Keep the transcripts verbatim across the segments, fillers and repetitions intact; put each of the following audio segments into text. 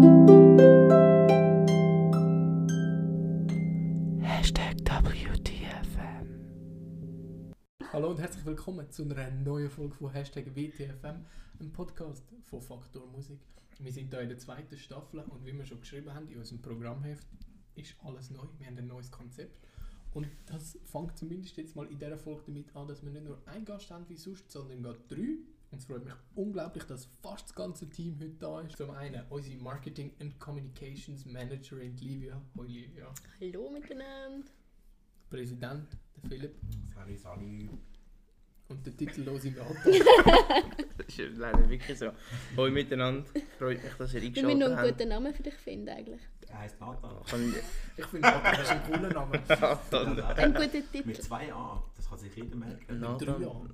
Hashtag W T F M. Hallo und herzlich willkommen zu einer neuen Folge von Hashtag W T F M, einem Podcast von Faktor Musik. Wir sind hier in der zweiten Staffel und wie wir schon geschrieben haben in unserem Programmheft, ist alles neu. Wir haben ein neues Konzept. Und das fängt zumindest jetzt mal in dieser Folge damit an, dass wir nicht nur einen Gast haben wie sonst, sondern gerade drei. Und es freut mich unglaublich, dass fast das ganze Team heute da ist. Zum einen unsere Marketing and Communications Managerin Livia. Hoi Livia. Hallo miteinander. Präsident, der Philipp. Sorry, sorry. Und der titellose Nathan. Das ist leider wirklich so. Hoi miteinander, freut mich, dass ihr Wir eingeschaltet müssen noch einen habt. guten Namen für dich finden eigentlich. Er heisst Nathan. Kann ich- Ich finde Nathan ist ein cooler Name. Nathan. Ein guter Titel. Mit zwei A, das kann sich jeder merken. Nathan. Drei Jahre.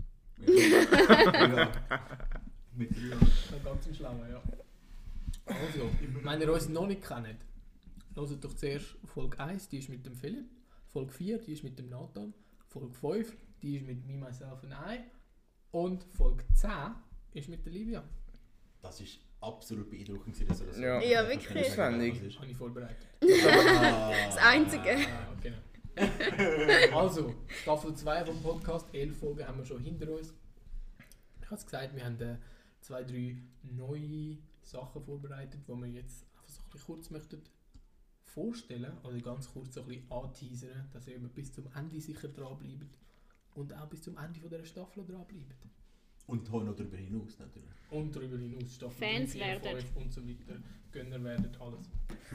Ja. Mit drei A. Ein ganz schlauer, ja. Also, wenn ihr uns noch nicht kennt, hört doch zuerst Folge eins, die ist mit dem Philipp. Folge vier, die ist mit dem Nathan. Folge fünf, die ist mit Me, Myself and I. Und Folge zehn ist mit der Livia. Das ist absolut beeindruckend, dass ihr das so Ja. Ja, wirklich. Das ist Aufwendig. Habe ich vorbereitet. Das Einzige. Ah, genau. Also, Staffel zwei vom Podcast, elf Folgen haben wir schon hinter uns. Ich habe es gesagt, wir haben äh, zwei, drei neue Sachen vorbereitet, die wir jetzt einfach so ein bisschen kurz möchten vorstellen oder ganz kurz so ein bisschen anteasern, dass ihr immer bis zum Ende sicher dranbleibt und auch bis zum Ende von dieser Staffel dranbleibt. Und hier noch darüber hinaus natürlich. Und darüber hinaus Staffel Fans drei, vier, werden. fünf und so weiter. Gönner werden, alles.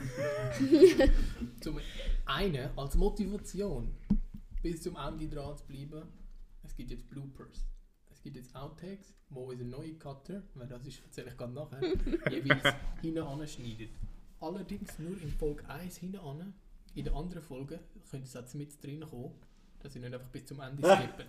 Zum einen als Motivation bis zum Ende dran zu bleiben, es gibt jetzt Bloopers. Es gibt jetzt Outtakes, wo unser neuer Cutter, weil das ist, erzähle ich gerade nachher, jeweils hinten anschneidet. Allerdings nur in Folge eins hinten an. In der anderen Folge könnt ihr jetzt mit drin kommen, dass ihr nicht einfach bis zum Ende skippen.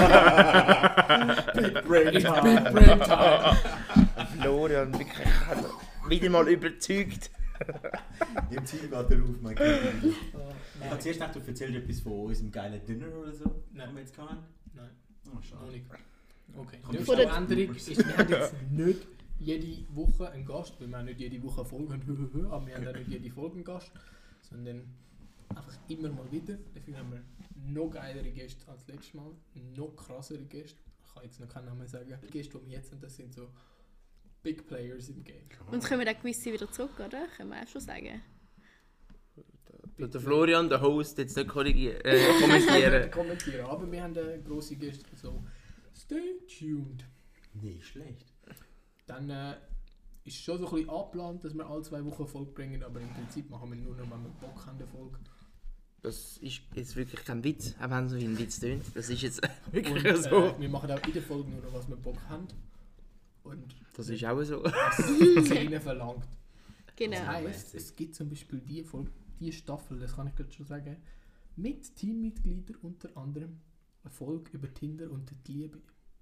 Big Brain Big Brain Time! Florian, wirklich, hat wieder mal überzeugt. Im Team geht er auf, mein Kind. Ah, Ich nein. habe zuerst gedacht, du erzählst etwas von unserem geilen Dinner oder so. Nein. Haben wir jetzt gehabt? Nein. Oh, Noch schade. nicht. Okay. Kommt Die Von der- Änderung ist, wir haben jetzt nicht jede Woche einen Gast, weil wir auch nicht jede Woche eine Folge haben, aber wir haben auch nicht jede Folge einen Gast, sondern einfach immer mal wieder. Dafür haben wir noch geilere Gäste als letztes Mal, noch krassere Gäste. Ich kann jetzt noch keinen Namen sagen. Die Gäste, die wir jetzt haben, das sind so Big Players im Game. Und jetzt kommen auch gewisse wieder zurück, oder? Können wir auch schon sagen. Der Florian, der Host, jetzt nicht korrigieren, äh, kommentieren. Kommentieren. Aber wir haben eine grosse Gäste, so stay tuned. Nicht schlecht. Dann äh, ist schon so ein bisschen angeplant, dass wir alle zwei Wochen eine Folge bringen, aber im Prinzip machen wir nur noch, wenn wir Bock haben, eine Folge. Das ist jetzt wirklich kein Witz, auch wenn es so wie ein Witz tönt. Das ist jetzt Und wirklich äh, so. wir machen auch in der Folge nur noch, was wir Bock haben. Und Das ist auch so. was die Szene verlangt. Genau. Das heisst, es gibt zum Beispiel die Folge, die Staffel, das kann ich gerade schon sagen, mit Teammitgliedern unter anderem eine Folge über Tinder und die Liebe.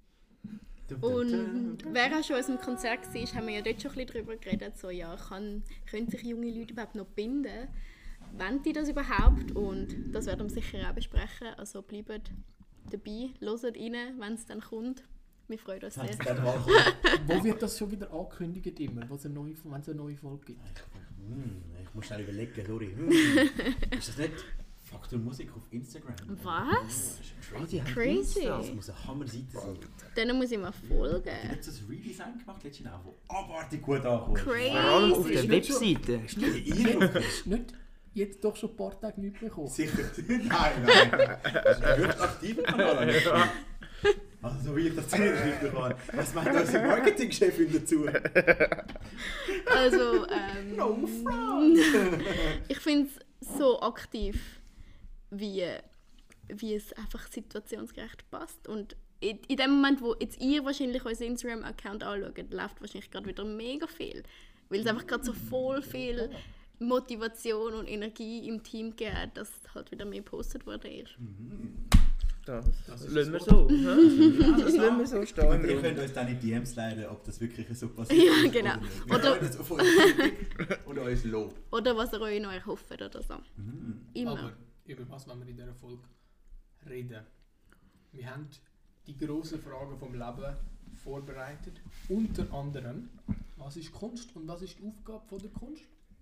Und wer auch schon aus dem Konzert war, haben wir ja dort schon ein bisschen darüber geredet, so, ja, kann, können sich junge Leute überhaupt noch binden? Wollen die das überhaupt? Und das werden wir sicher auch besprechen. Also bleibt dabei, hört rein, wenn es dann kommt. Wir freuen uns sehr. Hat's dann mal kommen? Wo wird das schon wieder angekündigt immer, wenn es eine neue, wenn es eine neue Folge gibt? Hm, ich muss schnell überlegen, sorry. Hm. Ist das nicht Faktor Musik auf Instagram? Was? Oh, die haben Crazy. Insta. Das muss eine Hammer-Seite sein. Dann muss ich mal Die folgen. hat so ein Redesign gemacht letztes Jahr, wo abartig gut ankommt. Crazy. Vor allem auf der Ist nicht so- Webseite. Die Eindruck Hast du nicht jetzt doch schon ein paar Tage nichts bekommen? Sicher. Nein, nein. Das ist ein höchst aktiver Kanal. Also so wie ich das zugeschrieben bekomme. Was meint unsere Marketingchefin dazu? Also, ähm, No front! ich finde es so aktiv, wie, wie es einfach situationsgerecht passt. Und in, in dem Moment, wo jetzt ihr wahrscheinlich unseren Instagram-Account anschaut, läuft wahrscheinlich gerade wieder mega viel. Weil es einfach gerade so voll viel Motivation und Energie im Team gibt, dass halt wieder mehr gepostet worden ist. Das, Das das ist lassen wir das so. Ja? Das lassen wir so stehen. Und im ihr Raum. könnt uns dann in D Ms leiten, ob das wirklich so passiert Ja, ist genau. oder nicht. Oder- Wir freuen uns auf euch und uns Lob. Oder was ihr euch noch erhofft oder so. Immer. Aber über was wollen wir in dieser Folge reden? Wir haben die grossen Fragen vom Leben vorbereitet. Unter anderem, was Was ist Kunst und was ist die Aufgabe von der Kunst?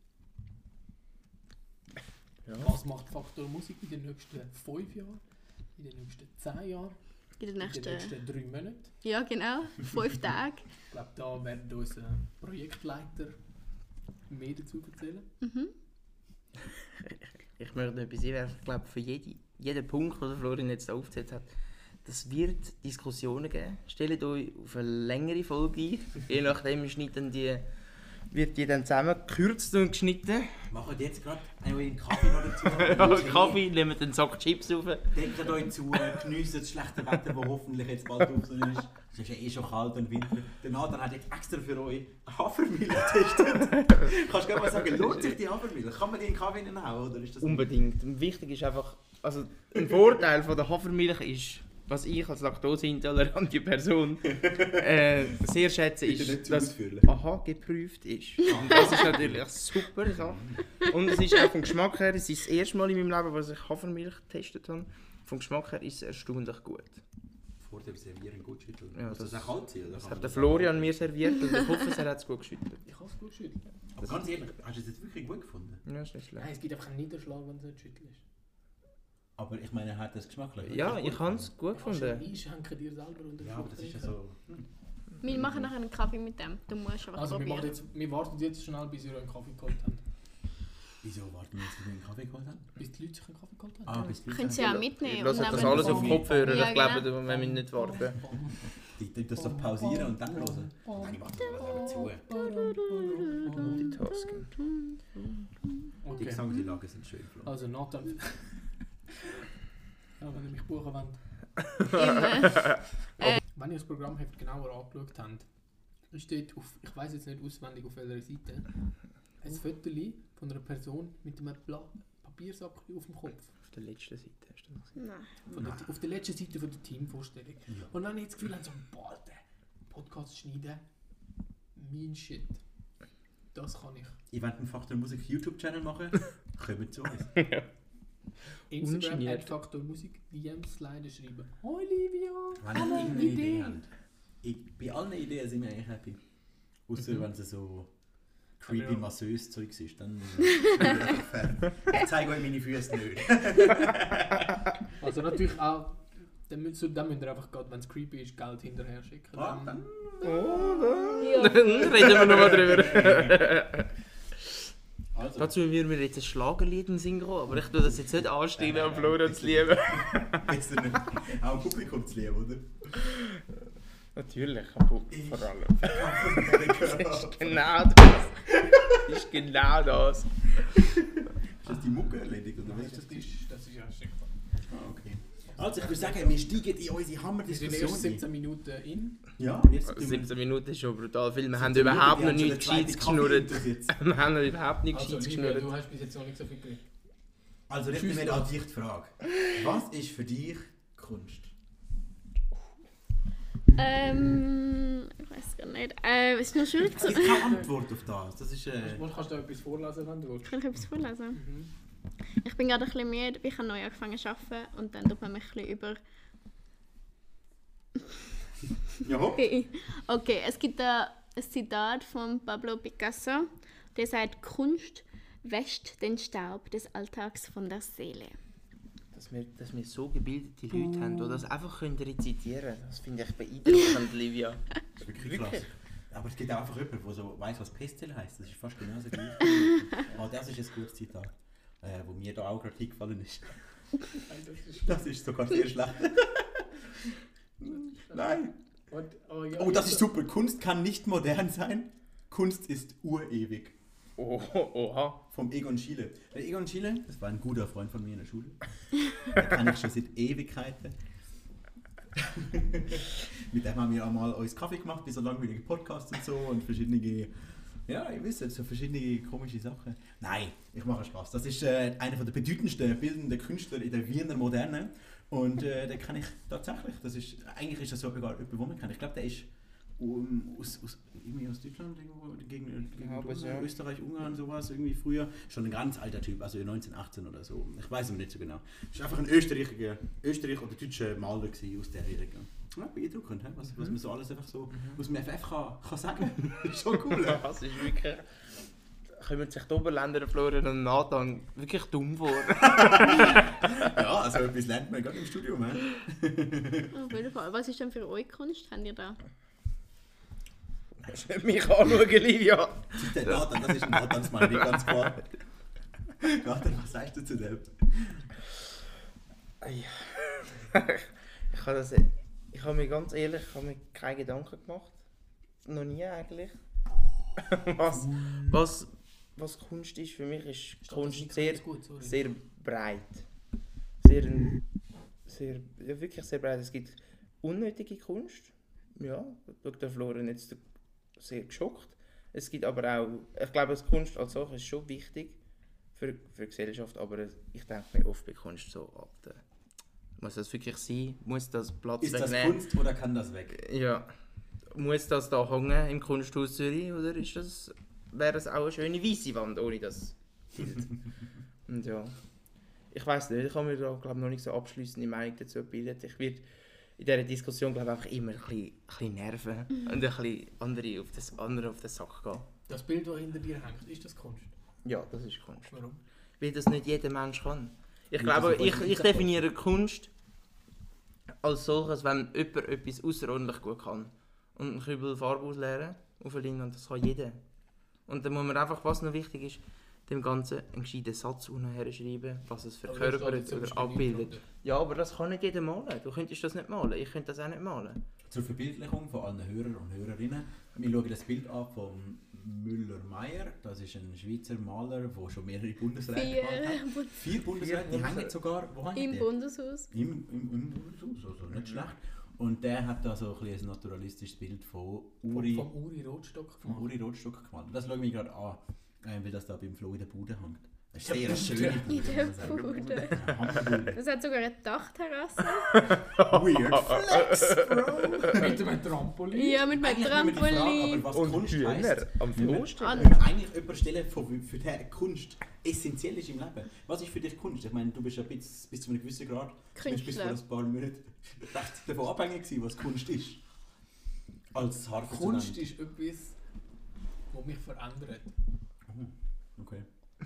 Ja. Was macht Faktor Musik in den nächsten fünf Jahren, in den nächsten zehn Jahren, In den in den nächsten... nächsten drei Monaten? Ja, genau. Fünf Tage. Ich glaube, da werden uns äh, Projektleiter mehr dazu erzählen. Mhm. Ich möchte noch etwas sagen. Ich glaube, für jede, jeden Punkt, den Florian jetzt aufgezählt hat, das wird Diskussionen geben. Stellt euch auf eine längere Folge ein. Je nachdem schneiden die, wird die dann zusammengekürzt und geschnitten. Macht jetzt gerade einen Kaffee noch dazu. Ja, Kaffee, nehmen den Sack Chips rauf. Denkt euch zu, geniessen das schlechte Wetter, das hoffentlich jetzt bald draußen ist. Es ist ja eh schon kalt und Winter. Der Nathan hat jetzt extra für euch Hafermilch getestet. Kannst du gerne mal sagen, lohnt sich die Hafermilch? Kann man die in den Kaffee nehmen, oder ist das Unbedingt. Und wichtig ist einfach, also ein Vorteil von der Hafermilch ist, was ich als laktoseintolerante Person äh, sehr schätze, Bitte ist, nicht zu dass ausführen. aha geprüft ist. Und das ist natürlich eine super Sache. Und es ist auch vom Geschmack her, es ist das erste Mal in meinem Leben, als ich Hafermilch getestet habe. Vom Geschmack her ist es erstaunlich gut. Vor dem Servieren gut schütteln. Ja, Muss das das- auch kalt sein? Oder Das kann hat man der das Florian mir serviert und ich hoffe, er hat es gut geschüttelt. Ich habe es gut geschüttelt. Aber ganz ehrlich, hast du es jetzt wirklich gut gefunden? Ja, ist nicht Nein, schlecht. es gibt einfach einen Niederschlag, wenn es nicht schüttelst. Aber ich meine, hat das Geschmack Ja, ich habe es gut gefunden. Einschenken dir selber unter Ja, aber das ist ja so... Hm. Wir machen nachher einen Kaffee mit dem. Du musst einfach Also wir, machen probieren. jetzt, wir warten jetzt schnell, bis ihr einen Kaffee geholt habt. Wieso warten wir jetzt, bis wir einen Kaffee geholt haben? Bis die Leute sich einen Kaffee geholt haben. Ah, bis die Können Sie ja mitnehmen. Ich und lasse nehmen das alles auf den- Kopfhörer. Ja, Ich glaube, genau. da müssen wir nicht warten. Die tun das doch pausieren und dann hören. Nein, ich mach das zu. Multitasking. Die Okay. Gesangsanlagen sind schön, Flo. Also Nathan... ja, wenn ihr mich buchen wollt. Immer. Wenn ihr das Programmheft genauer angeschaut habt, steht auf, ich weiß jetzt nicht auswendig auf welcher Seite, ein Foto von einer Person mit einem Bla Papiersack auf dem Kopf. Auf der letzten Seite hast du das gesehen. Nein. Von der, auf der letzten Seite von der Teamvorstellung. Ja. Und dann habe ich das Gefühl, so, boah, der Podcast schneiden, mein Shit. Das kann ich. Ich werde einen Faktor Musik YouTube-Channel machen. Kommt zu uns. Instagram, Ungeniert. at Faktor Musik, D Ms leider schreiben. Hoi Livia! Wenn ihr irgendeine Idee habt. Ich, bei allen Ideen sind wir eigentlich happy. Außer Mhm. wenn es so creepy Aber ja. massös Zeugs ist, dann bin ich einfach Fan. Ich zeige euch meine Füße nicht. Also natürlich auch, dann müsst, ihr- dann müsst ihr einfach gerade, wenn es creepy ist, Geld hinterher schicken. Ah, Dann- Ja. Reden wir nochmal drüber. Also, Dazu würden wir jetzt ein Schlagerlied in den Sinn gehen, aber ich tue das jetzt nicht anstellen, um Florian zu lieben. besser nicht. Auch im Publikum zu lieben, oder? Natürlich, am Publikum vor allem. ist Das ist genau das. Das ist genau das. das die Mucke erledigt, oder was Nein, ist das das? ist, das ist ja schick. Ah, okay. Also, ich würde sagen, wir steigen in unsere Wir sind erst Hammerdiskussion siebzehn Minuten in. Ja, jetzt tun wir- siebzehn Minuten ist schon brutal viel. Wir haben siebzehn überhaupt noch Minuten, nichts die haben Gescheites schon den zweiten geschnurrt. Kaffee hinter uns Wir haben noch überhaupt nichts Also Gescheites Livia, du geschnurrt. hast bis jetzt noch nicht so viel geredet. Also, richten Tschüss, wir Lars. an dich die Frage. Was ist für dich Kunst? Ähm, ich weiß gar nicht. Äh, es ist noch schwierig Es zu... gibt keine Antwort auf das. Das ist. Äh, Kannst, kannst du etwas vorlesen, wenn du willst? Kann ich etwas vorlesen? Mhm. Ich bin gerade ein bisschen müde. Ich habe neu angefangen zu arbeiten und dann tut man mich ein bisschen über... ja, hopp. Okay, es gibt da ein Zitat von Pablo Picasso, der sagt, Kunst wäscht den Staub des Alltags von der Seele. Dass wir, dass wir so gebildete Leute haben, die das einfach können rezitieren können, das finde ich beeindruckend, Livia. Das ist wirklich Wirklich? klasse. Aber es gibt auch einfach jemanden, der so weiss, was Pestel heisst. Das ist fast genauso gleich. Aber das ist ein gutes Zitat, äh, wo mir da auch gerade eingefallen ist. Nein, das ist... Das ist sogar sehr schlecht. Nein. Und, oh, ja, Oh, das jetzt- ist super. Kunst kann nicht modern sein. Kunst ist urewig. Oh, oha. Vom Egon Schiele. Der Egon Schiele, das war ein guter Freund von mir in der Schule. Den kenne ich schon seit Ewigkeiten. Mit dem haben wir auch mal uns Kaffee gemacht, bei so langweiligen Podcasts und so und verschiedene, ja, ihr wisst, so verschiedene komische Sachen. Nein, ich mache Spaß. Das ist äh, einer der bedeutendsten bildenden Künstler in der Wiener Moderne und äh, den kenne ich tatsächlich. Das ist, eigentlich ist das so egal, jemand, den man kennt. Ich glaube, der ist um, aus, aus, irgendwie aus Deutschland, irgendwo gegen, gegen Ja, aber Ungarn, ja. Österreich, Ungarn, sowas, irgendwie früher. Schon ein ganz alter Typ, also neunzehnhundertachtzehn oder so. Ich weiß es nicht so genau. Es war einfach ein Österreicher, Österreich- oder deutscher Maler gewesen aus dieser Region. Ja, beeindruckend, he? was, was man so alles einfach so Mhm. aus dem F F kann, kann sagen. Ist schon cool. he? Das ist wirklich... Kommen sich die Oberländer, Florian und Nathan, wirklich dumm vor. Ja, also etwas lernt man gerade im Studium. He? Auf jeden Fall. Was ist denn für eure Kunst? Habt ihr da? Hast du mich anschauen, Livia? Der Nathan, das ist ein Nathans Mann, nicht ganz klar. Nathan, was sagst du zu dem? Ich habe das... Ich habe mir ganz ehrlich, ich habe mir keine Gedanken gemacht. Noch nie eigentlich. Was, was, was Kunst ist, für mich ist Kunst sehr, gut, sorry. sehr breit. Sehr, ein- sehr, ja, wirklich sehr breit. Es gibt unnötige Kunst. Ja, schaut der Florian jetzt sehr geschockt. Es gibt aber auch, ich glaube, dass Kunst als Sache ist schon wichtig für, für die Gesellschaft, aber ich denke mir oft bei Kunst so, Alter, muss das wirklich sein? Muss das Platz Ist das wegnehmen? Kunst oder kann das weg? Ja. Muss das da hängen im Kunsthaus Zürich oder ist das, wäre das auch eine schöne weiße Wand ohne das Bild? Und ja, ich weiß nicht, ich habe mir da glaub, noch nicht so abschliessende Meinung dazu gebildet. Ich werde in dieser Diskussion glaub, einfach immer ein bisschen, ein bisschen nerven und ein bisschen andere auf, das, andere auf den Sack gehen. Das Bild, das hinter dir hängt, ist das Kunst? Ja, das ist Kunst. Warum? Weil das nicht jeder Mensch kann. Ich Ja, glaube, das ist ich, voll ich definiere Kunst als solches, wenn jemand etwas außerordentlich gut kann. Und einen Kübel Farbe ausleeren auf eine Linie, und das kann jeder. Und dann muss man einfach, was noch wichtig ist, dem Ganzen einen gescheiten Satz unten schreiben, was es Aber das verkörpert steht jetzt zum oder Beispiel abbildet. nicht Ja, aber das kann nicht jeder malen. Du könntest das nicht malen, ich könnte das auch nicht malen. Zur Verbildlichung von allen Hörern und Hörerinnen. Wir schauen das Bild an von Müller-Meyer. Das ist ein Schweizer Maler, der schon mehrere Bundesräte gemalt hat. Vier Vier Bundesräte, die hängen jetzt sogar wo hängen im die? Bundeshaus. Im, im, im Bundeshaus, also nicht schlecht. Und der hat da so ein, bisschen ein naturalistisches Bild von Uri, Vom, vom Uri Rotstock vom gemacht. Uri Rotstock gemalt. Und das schaue ich mir gerade an, äh, weil das da beim Flo in der Bude hängt. Das ist sehr eine schöne In Bude, der muss man sagen. Bude. Ja, Hammerbude. Das hat sogar eine Dachterrasse. Weird Flex, Bro! Mit einem Trampolin. Ja, mit einem Eigentlich müssen wir die Frage, Trampolin. aber was Kunst heisst, am Müssen wir- Floh An- Wenn wir eigentlich jemanden stellen, von- für die Kunst essentiell ist im Leben. Was ist für dich Kunst? Ich meine, du bist ja bis, bis zu einem gewissen Grad, du bist bis vor Künstler. ein paar Monaten recht davon abhängig gewesen, was Kunst ist. Als Harfe zu Kunst nennen. ist etwas, das mich verändert. Oh, okay.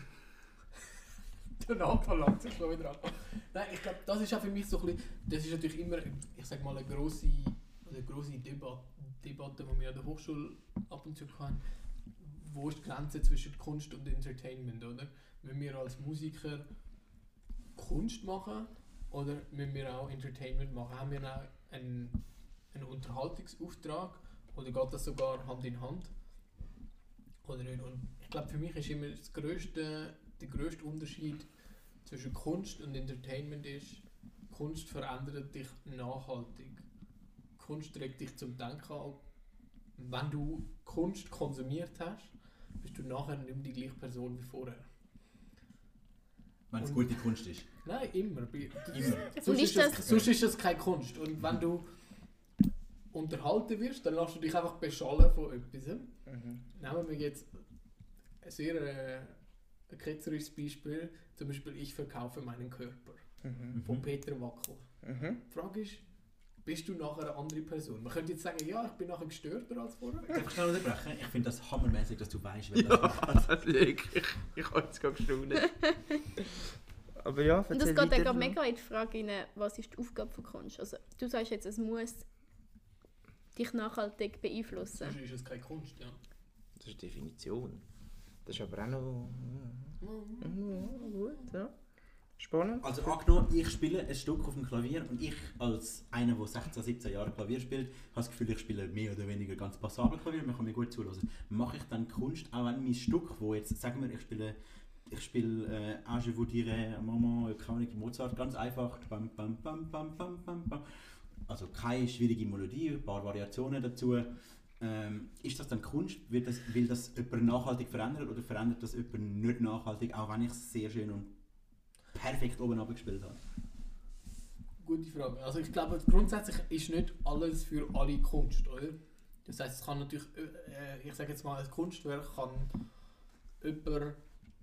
Der Nathan langt sich schon wieder an. Nein, ich glaube, das ist auch für mich so ein bisschen, das ist natürlich immer, ich sag mal, eine grosse, eine grosse Debatte, Debatte, die wir an der Hochschule ab und zu hatten. Wo ist die Grenze zwischen Kunst und Entertainment, oder? Wenn wir als Musiker Kunst machen oder müssen wir auch Entertainment machen? Haben wir auch einen, einen Unterhaltungsauftrag oder geht das sogar Hand in Hand? Oder nicht? Und ich glaube, für mich ist immer das grösste, der grösste Unterschied zwischen Kunst und Entertainment ist, Kunst verändert dich nachhaltig. Kunst regt dich zum Denken an. Wenn du Kunst konsumiert hast, bist du nachher nicht mehr die gleiche Person wie vorher. Wenn es Und- gute Kunst ist. Nein, immer. Bei- Immer. Sonst Und ist, ist das, das- sonst ist das keine Kunst. Und wenn du unterhalten wirst, dann lässt du dich einfach beschallen von etwas. Mhm. Nehmen wir jetzt ein sehr äh, ein ketzerisches Beispiel. Zum Beispiel «Ich verkaufe meinen Körper» Mhm. von Peter Wackel. Mhm. Die Frage ist, bist du nachher eine andere Person? Man könnte jetzt sagen, ja, ich bin nachher gestörter als vorher. Darf ich schnell unterbrechen? Ich finde das hammermäßig, dass du weißt, wer das Ja, macht. das ist wirklich. Ich habe jetzt gerade gestaunt. Aber ja, Und das erzähl geht dann weiter, gerade Flo. mega in die Frage rein, was ist die Aufgabe von Kunst? Also, du sagst jetzt, es muss dich nachhaltig beeinflussen. Sonst ist es keine Kunst, ja. Das ist die Definition. Das ist aber auch noch. Ja, gut, ja. Spannend. Also angenommen, ich spiele ein Stück auf dem Klavier und ich als einer, der sechzehn, siebzehn Jahre Klavier spielt, habe das Gefühl, ich spiele mehr oder weniger ganz passabel Klavier, man kann mir gut zuhören. Mache ich dann Kunst, auch wenn mein Stück, wo jetzt, sagen wir, ich spiele ich spiele äh, «Ah, je vous dirai un moment», keine Ahnung, Mozart, ganz einfach, bam, bam, bam, bam, bam, bam, bam. Also keine schwierige Melodie, ein paar Variationen dazu. Ähm, ist das dann Kunst? Wird das, will das jemand nachhaltig verändern oder verändert das jemand nicht nachhaltig, auch wenn ich es sehr schön und perfekt oben abgespielt habe? Gute Frage. Also ich glaube, grundsätzlich ist nicht alles für alle Kunst, oder? Das heisst, es kann natürlich, äh, ich sage jetzt mal, ein Kunstwerk kann jemand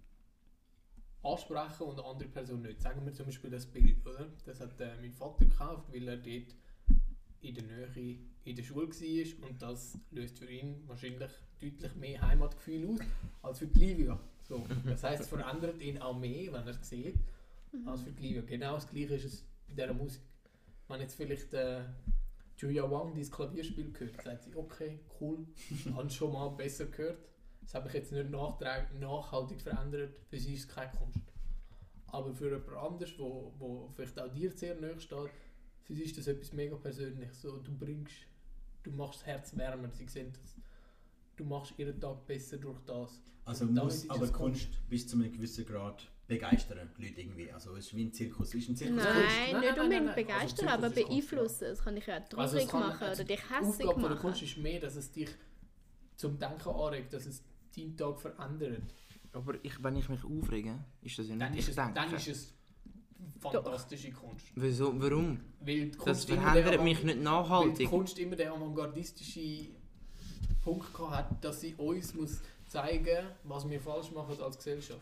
ansprechen und eine andere Person nicht. Sagen wir zum Beispiel das Bild, oder? Das hat äh, mein Vater gekauft, weil er dort in der Nähe in der Schule war und das löst für ihn wahrscheinlich deutlich mehr Heimatgefühl aus als für die Livia. So. Das heisst, es verändert ihn auch mehr, wenn er es sieht, als für die Livia. Genau das Gleiche ist es bei dieser Musik. Wenn jetzt vielleicht äh, Julia Wang dieses Klavierspiel gehört, sagt sie, okay, cool, habe schon mal besser gehört. Das habe ich jetzt nicht nachhaltig verändert, für sie ist es keine Kunst. Aber für jemand anderes, wo, wo vielleicht auch dir sehr nahe steht, für sie ist das etwas mega Persönliches. So, du bringst, du machst das Herz wärmer, sie sehen das. Du machst ihren Tag besser durch das. Also Und muss aber Kunst, Kunst bis zu einem gewissen Grad begeistern, Leute irgendwie. Also es ist wie ein Zirkus. Ist ein Zirkus Nein, Kunst? Nein, nicht nein, unbedingt nein, nein. begeistern, Also aber Zirkus ist Kunst, beeinflussen. Das kann dich ja Also traurig es kann- machen also oder dich Die hässlich Aufgabe von der machen. Kunst ist mehr, dass es dich zum Denken anregt, dass es deinen Tag verändert. Aber ich, wenn ich mich aufrege, ist das ja Dann nicht ist es, denken. dann ist es fantastische Kunst. Wieso, warum? Weil die Das Kunst immer verändert den mich Avant- nicht Weil die nachhaltig. Kunst immer den avantgardistischen Punkt gehabt hat, dass sie uns muss zeigen, was wir falsch machen als Gesellschaft.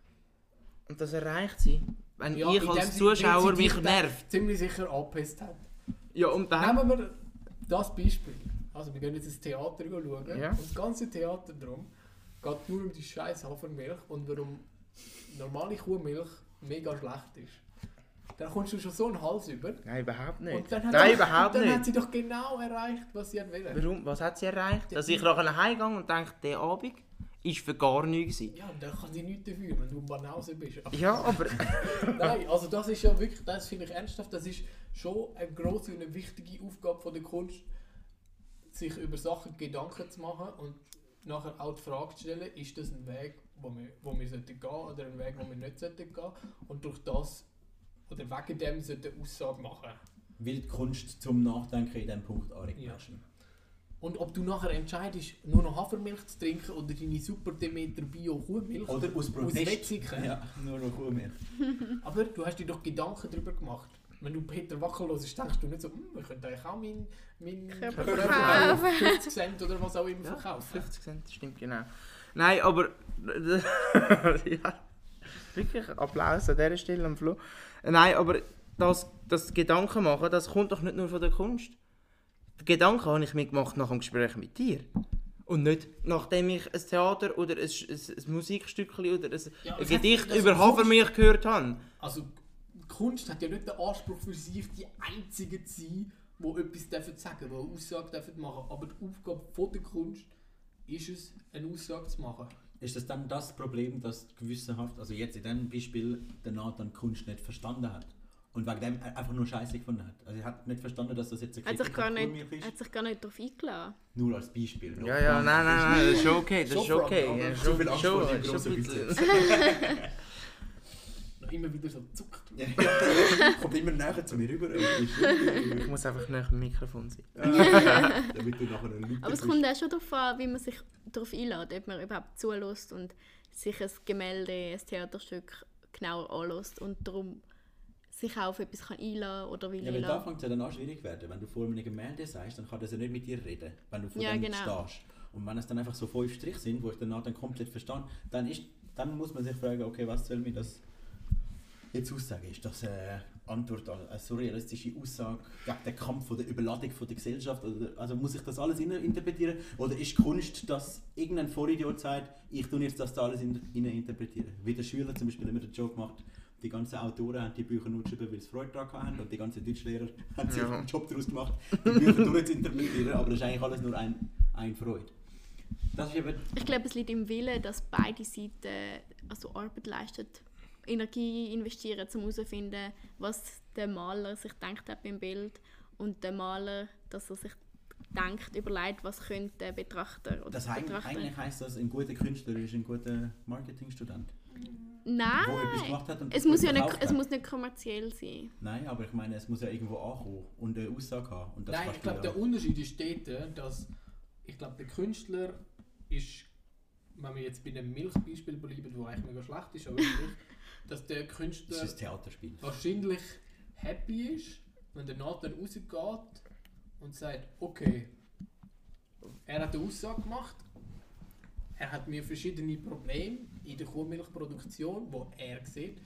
Und das erreicht sie. Wenn Ja, ich indem als sie- Zuschauer weil sie mich dich nervt. Ziemlich sicher angepisst hat. Ja, und dann... Nehmen wir das Beispiel. Also wir gehen jetzt ins Theater schauen Ja. und das ganze Theater drum geht nur um die scheiß Hafermilch und warum normale Kuhmilch mega schlecht ist. Dann kommst du schon so einen Hals über. Nein, überhaupt nicht. Und dann hat, Nein, sie, überhaupt und dann nicht. hat sie doch genau erreicht, was sie wollte. Warum? Was hat sie erreicht? Dass ich nachher heimgehe und denke, der Abend ist für gar nichts gewesen. Ja, und dann kann sie nichts dafür, wenn du Banause bist. Ja, aber... Nein, also das ist ja wirklich, das finde ich ernsthaft, das ist schon eine grosse und eine wichtige Aufgabe von der Kunst, sich über Sachen Gedanken zu machen und nachher auch die Frage zu stellen, ist das ein Weg, wo wir, wo wir sollten gehen oder ein Weg, wo wir nicht sollten gehen und durch das oder wegen dem sollten eine Aussage machen. Weil die Kunst zum Nachdenken in diesem Punkt anregt. Ja. Menschen. Und ob du nachher entscheidest, nur noch Hafermilch zu trinken oder deine Super Demeter Bio Kuhmilch Oder aus aus Protest. Wetzikon. Ja, nur noch Kuhmilch. Aber du hast dir doch Gedanken darüber gemacht. Wenn du Peter Wackel hörst, denkst du nicht so, hm, ich könnte eigentlich auch meinen mein Körper Körper verkaufen. auf fünfzig Cent oder was auch immer Ja, verkaufen. fünfzig Cent, stimmt genau. Nein, aber... ja, wirklich Applaus an dieser Stelle am Flo. Nein, aber das, das Gedanken machen, das kommt doch nicht nur von der Kunst. Die Gedanken habe ich mir gemacht nach dem Gespräch mit dir. Und nicht nachdem ich ein Theater oder ein, ein, ein Musikstück oder ein, Ja, ein das Gedicht heißt, das über ist Hafermilch gehört habe. Also die Kunst hat ja nicht den Anspruch für sich, die Einzige zu sein, die etwas dürfen sagen, die eine Aussage dürfen machen. Aber die Aufgabe von der Kunst ist es, eine Aussage zu machen. Ist das dann das Problem, dass gewissenhaft, also jetzt in diesem Beispiel, der Nathan Kunst nicht verstanden hat? Und wegen dem einfach nur Scheiße gefunden hat. Also er hat nicht verstanden, dass das jetzt eine Hat sich Kritik gar an nicht, Kuhmilch ist. hat sich gar nicht darauf eingeladen. Nur als Beispiel. noch. Ja, ja, nein, nein, nein, das ist schon okay, das ist Schon okay. Frage, Ja, aber so schon, viel Angst schon, vor dem schon grossen ein bisschen. Bizeps. Noch immer wieder so zuckt. Ja, kommt immer näher zu mir rüber. Ich muss einfach nach dem Mikrofon sein. Damit du nachher eine Aber es kommt auch schon darauf an, wie man sich darauf einlädt, ob man überhaupt zulässt und sich ein Gemälde, ein Theaterstück genauer anlässt und darum sich auch auf etwas kann einladen oder will Ja, weil da einladen. fängt es ja dann auch schwierig werden. Wenn du vor einem Gemälde sagst, dann kann das ja nicht mit dir reden, wenn du vor Ja, dem genau. stehst. Und wenn es dann einfach so fünf Striche sind, wo ich danach dann komplett verstehe, dann, ist, dann muss man sich fragen, okay, was soll mir das jetzt aussagen? Ist das eine Antwort an eine surrealistische Aussage gegen den Kampf von der Überladung von der Gesellschaft? Oder, also muss ich das alles interpretieren? Oder ist Kunst, dass irgendein Vollidiot sagt, ich tue jetzt das da alles interpretieren? Wie der Schüler zum Beispiel immer den Joke macht, die ganzen Autoren haben die Bücher nur geschrieben, weil sie Freude daran haben und die ganzen Deutschlehrer haben sich Ja. einen Job daraus gemacht, die Bücher durchzuinterpretieren, aber das ist eigentlich alles nur ein, ein Freude. Das ist eben... Ich glaube, es liegt im Willen, dass beide Seiten also Arbeit leisten, Energie investieren, um herauszufinden, was der Maler sich gedacht hat beim Bild und der Maler, dass er sich denkt, überlegt, was könnte der Betrachter oder Das die heim, Betrachterin. eigentlich heisst das, ein guter Künstler ist ein guter Marketingstudent, Nein, der etwas gemacht hat und es das muss, gut ja nicht, verkauft es hat. muss nicht kommerziell sein. Nein, aber ich meine, es muss ja irgendwo ankommen und eine Aussage haben. Und das Nein, kannst ich glaube, du der Unterschied ist dort, dass ich glaube, der Künstler ist, wenn wir jetzt bei einem Milchbeispiel bleiben, das eigentlich mega schlecht ist, aber wirklich, dass der das Künstler ist ein Theaterspiel. wahrscheinlich happy ist, wenn der Nathan rausgeht und sagt, okay, Er hat eine Aussage gemacht. Er hat mir verschiedene Probleme in der Kuhmilchproduktion, die er sieht,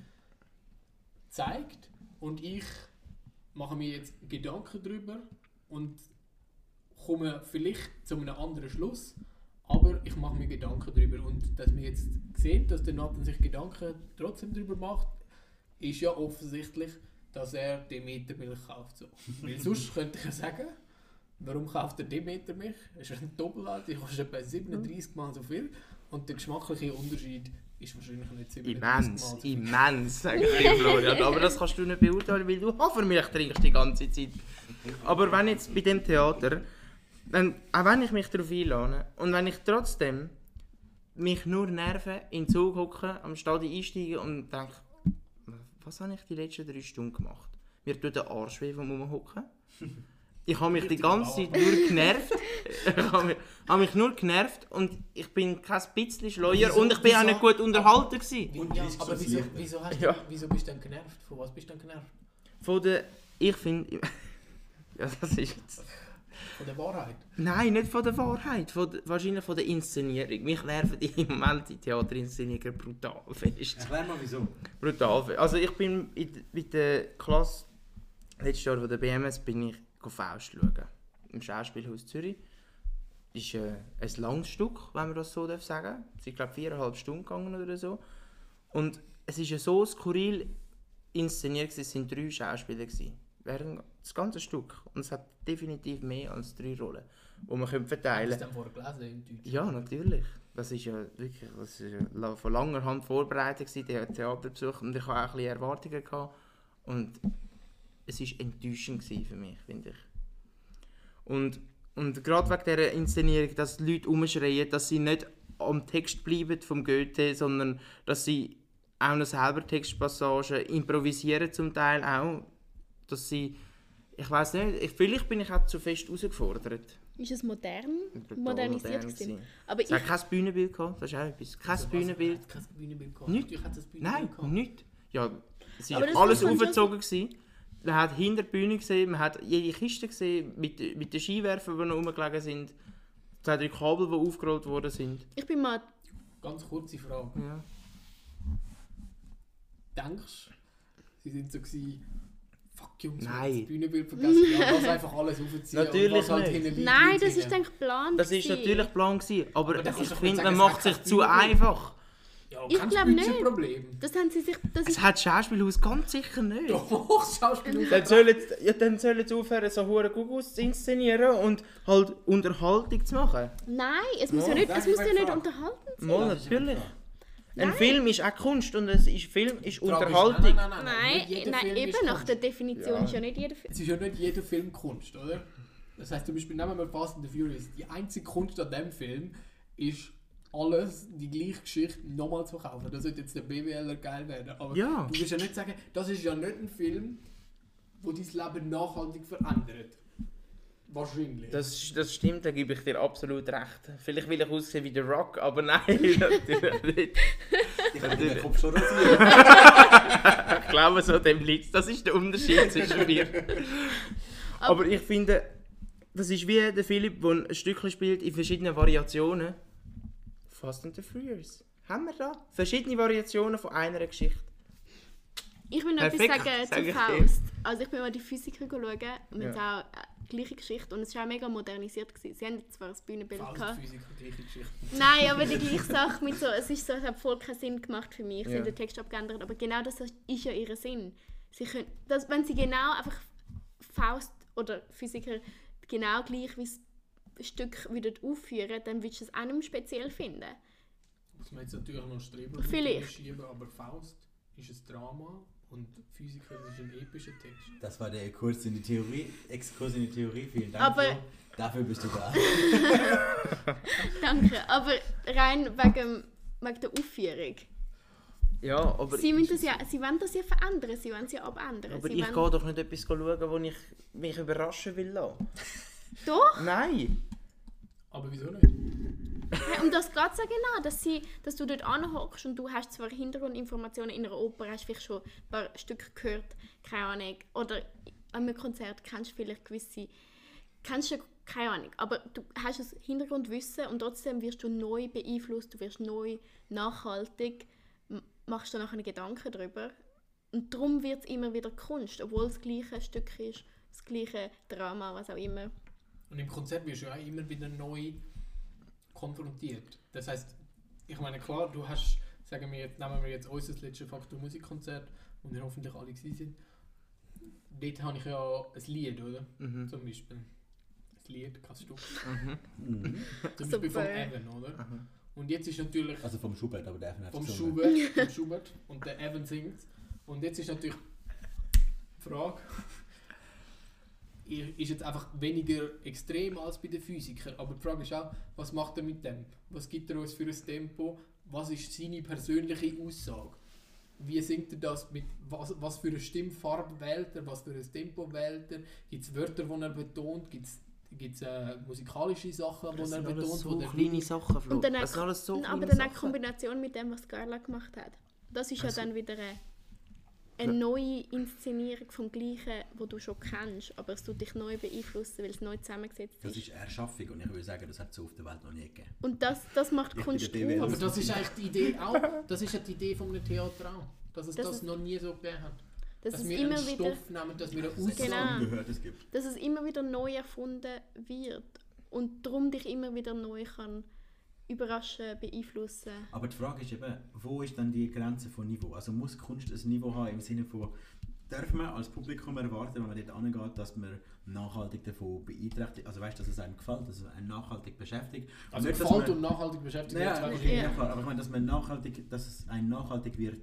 gezeigt. Und ich mache mir jetzt Gedanken darüber und komme vielleicht zu einem anderen Schluss. Aber ich mache mir Gedanken darüber. Und dass wir jetzt sehen, dass der Nathan sich Gedanken trotzdem darüber macht, ist ja offensichtlich, dass er Demeter-Milch kauft. So. Weil sonst könnte ich ja sagen, warum kauft er Demeter-Milch? Es ist ein Doppelwert, die kostet etwa siebenunddreißig Mal so viel. Und der geschmackliche Unterschied ist wahrscheinlich nicht siebenunddreißig Mal Immens, so viel. immens, sage ich dir, Florian. Aber das kannst du nicht beurteilen, weil du Hafermilch trinkst die ganze Zeit. Aber wenn jetzt bei dem Theater, dann, auch wenn ich mich darauf einlade und wenn ich trotzdem mich nur nerven, in den Zug hocke, am Stadion einsteige und denke, was habe ich die letzten drei Stunden gemacht? Mir tut der Arsch weh vom Rumhocken. Ich habe mich die ganze Zeit nur genervt. Ich habe mich, habe mich nur genervt und ich bin kein bisschen schleuer und ich bin auch nicht gut unterhalten gewesen. Wie, ja, aber wieso, wieso, hast du, Ja. wieso bist du denn genervt? Von was bist du denn genervt? Von der, ich finde, ja, das ist jetzt... Von der Wahrheit? Nein, nicht von der Wahrheit, von der, wahrscheinlich von der Inszenierung. Mich nerven die im Moment die Theaterinszenierungen brutal fest. Erklär mal wieso. Brutal fest. Also ich bin in, in der Klasse, letztes Jahr von der B M S, bin ich Faust schauen. Im Schauspielhaus Zürich. Das ist äh, ein langes Stück, wenn man das so sagen darf. Es ist, glaube ich, viereinhalb Stunden gegangen oder so. Und es ist ja so skurril inszeniert, es waren drei Schauspieler während das ganze Stück. Und es hat definitiv mehr als drei Rollen, die man verteilen Hast du das dann vorher gelesen im Deutsch? Ja, natürlich. Das ist ja wirklich das ist ja von langer Hand vorbereitet gewesen, der Theaterbesuch. Und ich hatte auch ein bisschen Erwartungen gehabt. Und es war enttäuschend für mich, finde ich. Und, und gerade wegen dieser Inszenierung, dass die Leute umschreien, dass sie nicht am Text bleiben vom Goethe, sondern dass sie auch noch selber Textpassagen improvisieren zum Teil auch. Dass sie, ich weiß nicht, ich, vielleicht bin ich auch zu fest herausgefordert. Ist es modern? Brutal Modernisiert modern gewesen. gewesen. Aber Es ich, hat kein Bühnenbild gehabt, das ist auch etwas. Kein Also, Bühnenbild. Was, hat kein Bühnenbild gehabt? Nicht. Natürlich hat es ein Bühnenbild Nein, gehabt. nichts. Ja, es Aber das war alles muss man schon aufgezogen. gewesen. Man hat hinter der Bühne gesehen, man hat jede Kiste gesehen, mit, mit den Skiwerfern, die noch rumgelegen sind. Zwei, drei Kabel, die aufgerollt worden sind. ich bin mal... Ganz kurze Frage. Ja. Denkst du, sie sind so gewesen, fuck Jungs, wir Nein. haben das Bühnenbild vergessen, ja, lass einfach alles aufziehen Natürlich und was halt nicht. hinten liegt, Nein, liegt das ist hinten. dann geplant. Das war gewesen. natürlich Plan, gewesen, aber, Aber dann kannst ich du doch finde, nicht man sagen, macht es sich hat zu kein Bühnenbild. einfach. Ja, Ich kein glaub nicht. Budgetproblem. Das haben sie sich... Das Es ist, hat das Schauspielhaus ganz sicher nicht. Doch, das Schauspiel Dann sollen, ja, dann sollen sie aufhören, so hure Gugus zu inszenieren und halt Unterhaltung zu machen. nein, es muss Ja, ja nicht, das es ist muss meine ja nicht Frage. unterhalten sein. Mal, Das ist natürlich. einfach Ein Nein. Film ist auch Kunst und ein ist Film ist Frage ist- Unterhaltung. Nein, nein, nein, nein, Nein, nicht jeder nein Film eben ist nach Kunst. der Definition Ja. ist ja nicht jeder Film. Es ist ja nicht jeder Film Kunst, oder? Das heisst zum Beispiel, nehmen wir Fast and the Furious. Die einzige Kunst an diesem Film ist, alles, die gleiche Geschichte nochmal zu verkaufen. Das sollte jetzt der B W L er geil werden. Aber Ja. du willst ja nicht sagen, das ist ja nicht ein Film, der dein Leben nachhaltig verändert. Wahrscheinlich. Das, das stimmt, da gebe ich dir absolut recht. Vielleicht will ich aussehen wie der Rock, aber nein, natürlich nicht. Ich kann den Kopf schon rasieren. Ich glaube, so dem liegt. Das ist der Unterschied zwischen mir. Aber ich finde, das ist wie der Philipp, der ein Stückchen spielt in verschiedenen Variationen. Fast and the Furious. Haben wir da? Verschiedene Variationen von einer Geschichte. Ich will noch etwas Perfekt, sagen sag zu ich dir. Faust. Also ich bin mal die Physiker schauen und Ja. es auch äh, gleiche Geschichte und es war auch mega modernisiert gewesen. Sie haben zwar ein Bühnenbild Faust, gehabt. Physik und gleiche Geschichte. Nein, aber die gleiche Sache mit so, es ist so, es hat voll keinen Sinn gemacht für mich. Sie Ja. haben den Text abgeändert, aber genau das ist ja ihr Sinn. Sie können, das, wenn sie genau einfach Faust oder Physiker genau gleich wie das Stück wieder aufführen, dann würdest du es auch nicht mehr speziell finden. Muss man jetzt natürlich noch Streber Vielleicht. schieben, aber Faust ist ein Drama und Physiker ist ein epischer Text. Das war der Kurs in die Theorie, Exkurs in die Theorie. Vielen Dank. Aber- Flo. Dafür bist du da. Danke, aber rein wegen, wegen der Aufführung. Ja, aber, Sie, müssen das ja, sie wollen das ja verändern, sie wollen es ja abändern. aber sie ich wollen- gehe doch nicht etwas schauen, wo ich mich überraschen will lassen. Doch, Nein! Aber wieso nicht? hey, um das geht es ja genau, dass, sie, dass du dort anhockst und du hast zwar Hintergrundinformationen in einer Oper, hast vielleicht schon ein paar Stücke gehört, keine Ahnung, oder an einem Konzert kennst du vielleicht gewisse, kennst du keine Ahnung, aber du hast das Hintergrundwissen und trotzdem wirst du neu beeinflusst, du wirst neu nachhaltig, m- machst dir nachher Gedanken darüber. Und darum wird es immer wieder Kunst, obwohl es das gleiche Stück ist, das gleiche Drama, was auch immer. Und im Konzert wirst du ja auch immer wieder neu konfrontiert. Das heisst, ich meine, klar, du hast, sagen wir jetzt, nehmen wir jetzt unser letztes Faktor Musikkonzert, wo wir hoffentlich alle gewesen sind. Dort habe ich ja ein Lied, oder? Mhm. Zum Beispiel. Ein Lied, kein Stück. Mhm. Mhm. Zum Beispiel Super. vom Evan, oder? Mhm. Und jetzt ist natürlich Also vom Schubert, aber der hat vom nicht Schubert, vom Schubert und der Evan singt. Und jetzt ist natürlich die Frage, ist jetzt einfach weniger extrem als bei den Physikern, aber die Frage ist auch, was macht er mit dem? Was gibt er uns für ein Tempo? Was ist seine persönliche Aussage? Wie singt er das? Mit was, was für eine Stimmfarbe wählt er? Was für ein Tempo wählt er? Gibt es Wörter, die er betont? Gibt es äh, musikalische Sachen, die Das er sind alles betont? so wo der kleine Sachen, Flo. Und dann Das sind alles so aber kleine dann eine Sachen. Kombination mit dem, was Carla gemacht hat. Das ist Also- ja dann wieder eine, eine neue Inszenierung vom Gleichen, wo du schon kennst, aber es tut dich neu beeinflussen, weil es neu zusammengesetzt Das ist. ist Erschaffung und ich würde sagen, das hat es so auf der Welt noch nie gegeben. Und das, das macht Ich Kunst bin der D W L. Aber aus. das ist eigentlich die Idee auch, das ist ja die Idee von einem Theater auch, dass es das, Das ist- noch nie so gegeben hat. Dass Dass es wir immer einen wieder, Stoff nehmen, dass wir eine Das ist Aussage... Genau. ungehört, es gibt. dass es immer wieder neu erfunden wird und darum dich immer wieder neu kann überraschen, beeinflussen. Aber die Frage ist eben, wo ist dann die Grenze von Niveau? Also muss Kunst ein Niveau haben im Sinne von, darf man als Publikum erwarten, wenn man dort angeht, dass man nachhaltig davon beeinträchtigt, also weißt, dass es einem gefällt, dass es einen nachhaltig beschäftigt. Also nicht, dass gefällt man- und nachhaltig beschäftigt. Naja, jetzt okay, wirklich- Ja. ja, klar, aber ich meine, dass man nachhaltig, dass es einen nachhaltig wird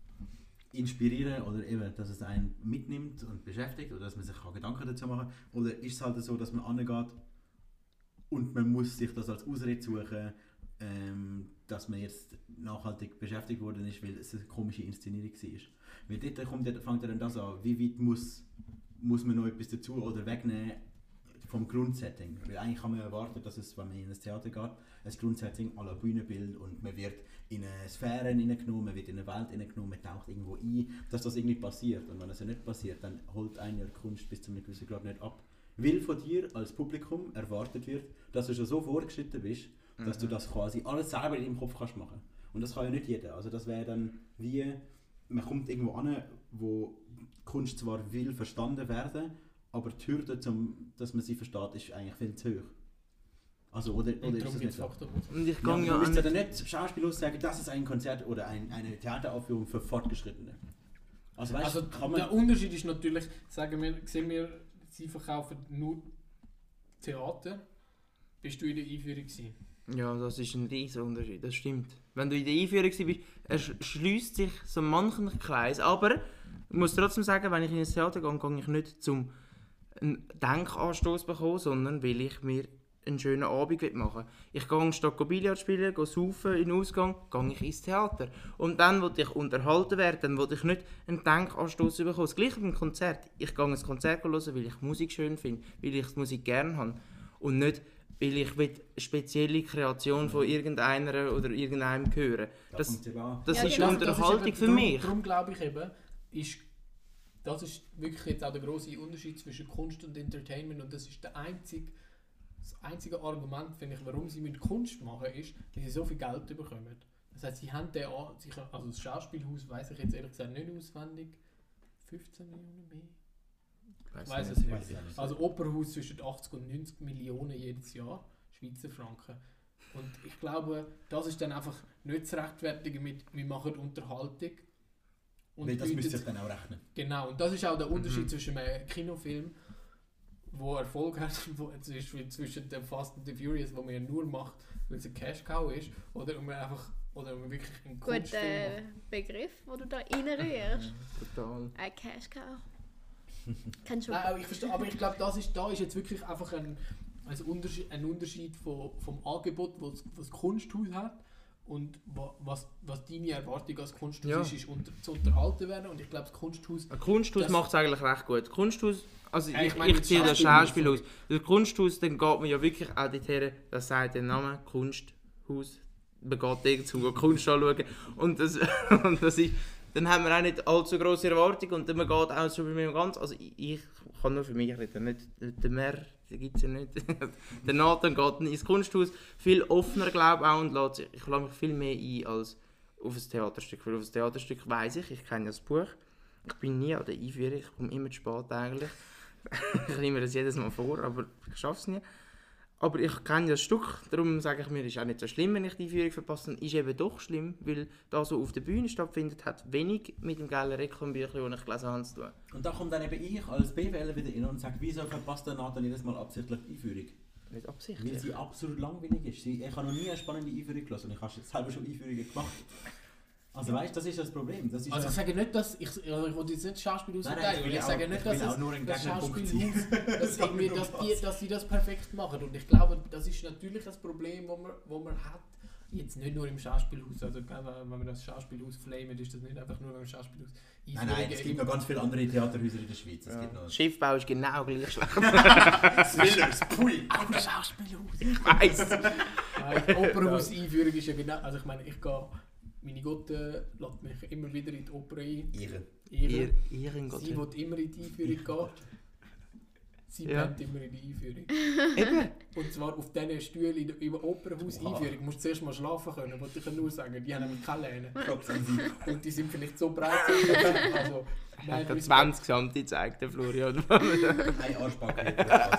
inspirieren oder eben, dass es einen mitnimmt und beschäftigt oder dass man sich auch Gedanken dazu machen kann. Oder ist es halt so, dass man angeht und man muss sich das als Ausrede suchen, ähm, dass man jetzt nachhaltig beschäftigt worden ist, weil es eine komische Inszenierung war. Weil dort kommt, ja- fängt ja dann das an, wie weit muss, muss man noch etwas dazu oder wegnehmen vom Grundsetting. Weil eigentlich kann man erwarten, dass es, wenn man in ein Theater geht, ein Grundsetting à la Bühnenbild und man wird in eine Sphäre hineingenommen, man wird in eine Welt hineingenommen, man taucht irgendwo ein, dass das irgendwie passiert. Und wenn das ja nicht passiert, dann holt einen ja die Kunst bis zu einem gewissen Grad nicht ab. Weil von dir als Publikum erwartet wird, dass du schon so vorgeschritten bist, dass du das quasi alles selber in deinem Kopf kannst machen. Und das kann ja nicht jeder. Also das wäre dann wie, man kommt irgendwo an, wo Kunst zwar will verstanden werden, aber die Hürde, zum, dass man sie versteht, ist eigentlich viel zu hoch. Also, oder, oder Und ist darum das gibt nicht es so? Faktor Musik. Und ich Ja, gehe man ja müsste auch dann nicht... nicht schauspiellos sagen, das ist ein Konzert oder ein, eine Theateraufführung für Fortgeschrittene. Also weißt Also du, kann man... der Unterschied ist natürlich, sagen wir, sehen wir, sie verkaufen nur Theater. Bist du in der Einführung gewesen? Ja, das ist ein riesiger Unterschied, das stimmt. Wenn du in der Einführung bist, erschliesst sich so manchen Kreis. Aber ich muss trotzdem sagen, wenn ich in ein Theater gehe, gehe ich nicht zum einen Denkanstoß bekommen, sondern weil ich mir einen schönen Abend machen will. Ich gehe anstatt Billard spielen, gehe saufen in den Ausgang, gehe ich ins Theater. Und dann, wo ich unterhalten werde, dann will ich nicht einen Denkanstoß bekommen. Das Gleiche beim Konzert. Ich gehe ein Konzert hören, weil ich Musik schön finde, weil ich die Musik gerne habe. Und nicht, weil ich eine spezielle Kreation von irgendeiner oder irgendeinem hören. Da Das, kommt's eben an. das Ja, ist genau. Unterhaltung für darum, mich. Darum glaube ich eben, ist, das ist wirklich jetzt auch der grosse Unterschied zwischen Kunst und Entertainment und das ist der einzige, das einzige Argument, finde ich, warum sie mit Kunst machen, ist, dass sie so viel Geld bekommen. Das heißt, sie haben den, an- sie können- also das Schauspielhaus weiß ich jetzt ehrlich gesagt nicht auswendig, fünfzehn Millionen mehr? Ich weiß es Weiss nicht. ich nicht. Also Opernhaus zwischen achtzig und neunzig Millionen jedes Jahr, Schweizer Franken. Und ich glaube, das ist dann einfach nicht zu rechtfertigen mit, wir machen Unterhaltung. Und Weil das bieten- müsste sich dann auch rechnen. Genau, und das ist auch der Unterschied Mhm. zwischen einem Kinofilm, wo Erfolg hat, wo, zwischen, zwischen dem Fast and the Furious, wo man ja nur macht, weil es ein Cash-Cow ist, oder man einfach, oder man wirklich einen Guter Kunstfilm macht. Begriff, den du da reinrührst. Total. Ein Cash Cow. Kennst du Nein, aber ich verstehe, aber ich glaube, das ist, da ist jetzt wirklich einfach ein, ein Unterschied, ein Unterschied von, vom Angebot, was das Kunsthaus hat und wa- was, was deine Erwartung als Kunsthaus Ja. ist, ist unter, zu unterhalten werden. Und ich glaube, das Kunsthaus... Ein Kunsthaus Das- macht es eigentlich recht gut. Kunsthaus, also Ja, ich, ich ich, meine, das ziehe das Schauspielhaus, Schauspielhaus. Das Kunsthaus, dann geht man ja wirklich auch dorthin, das sagt der Name, Kunsthaus. Man geht irgendwo Kunst anschauen. Und das, und das ist, dann haben wir auch nicht allzu grosse Erwartungen und dann geht auch schon bei mir ganz... Also ich, ich kann nur für mich reden, nicht der Mehr, den gibt es ja nicht. Der Nathan geht ins Kunsthaus, viel offener glaube ich auch und lässt sich, ich lasse mich viel mehr ein als auf ein Theaterstück. Weil auf ein Theaterstück weiss ich, ich kenne ja das Buch, ich bin nie an der Einführung, ich komme immer zu spät eigentlich. Ich nehme mir das jedes Mal vor, aber ich schaffe es nie. Aber ich kenne das Stück, darum sage ich mir, es ist auch nicht so schlimm, wenn ich die Einführung verpasse. Es ist eben doch schlimm, weil das, was auf der Bühne stattfindet, hat wenig mit dem geilen Reklambüchlein, das ich gelesen habe, zu tun. Und da kommt dann eben ich als B W L wieder rein und sage, wieso verpasst der Nathan jedes Mal absichtlich die Einführung? Nicht absichtlich. Weil sie absolut langweilig ist. Sie, ich habe noch nie eine spannende Einführung gelassen und ich habe selber schon Einführungen gemacht. Also weißt du, das ist das Problem. Das ist Also ich ja sage nicht, dass ich, ich will jetzt nicht das Schauspielhaus Nein, nein, verteidigen, ich weil will ich auch- sage ich nicht, will dass auch es nur einen das Gegnerpunkt Schauspielhaus, dass, Das irgendwie, nur dass, die, was. dass sie das perfekt machen. Und ich glaube, das ist natürlich ein Problem, das man, wo man hat. Jetzt nicht nur im Schauspielhaus, also wenn man das Schauspielhaus flamet, ist das nicht einfach nur beim Schauspielhaus. Nein, nein, es gibt noch ganz viele andere Theaterhäuser in der Schweiz. Es gibt noch Schiffbau ist genau gleich schlecht. Thrillers, pui! Auch das Schauspielhaus! Ich weiss. Nein, die Opernhaus-Einführung ist ja genau... Also ich meine, ich gehe... Meine Gotte lässt mich immer wieder in die Oper ein. Ihre. Ihre. Ihr, ihren Gott. Sie will immer in die Einführung gehen. Sie Ja. pennt immer in die Einführung. Eben. Und zwar auf diesen Stühlen in der im Opernhaus-Einführung. Du musst zuerst mal schlafen können, wollte ich nur sagen. Die haben nämlich keine Lehne. Props an Sie. Und die sind vielleicht so breit. Also, Ich nein, habe Respekt. zwanzig gesamt gezeigt, der Florian. Ein Arschbacken.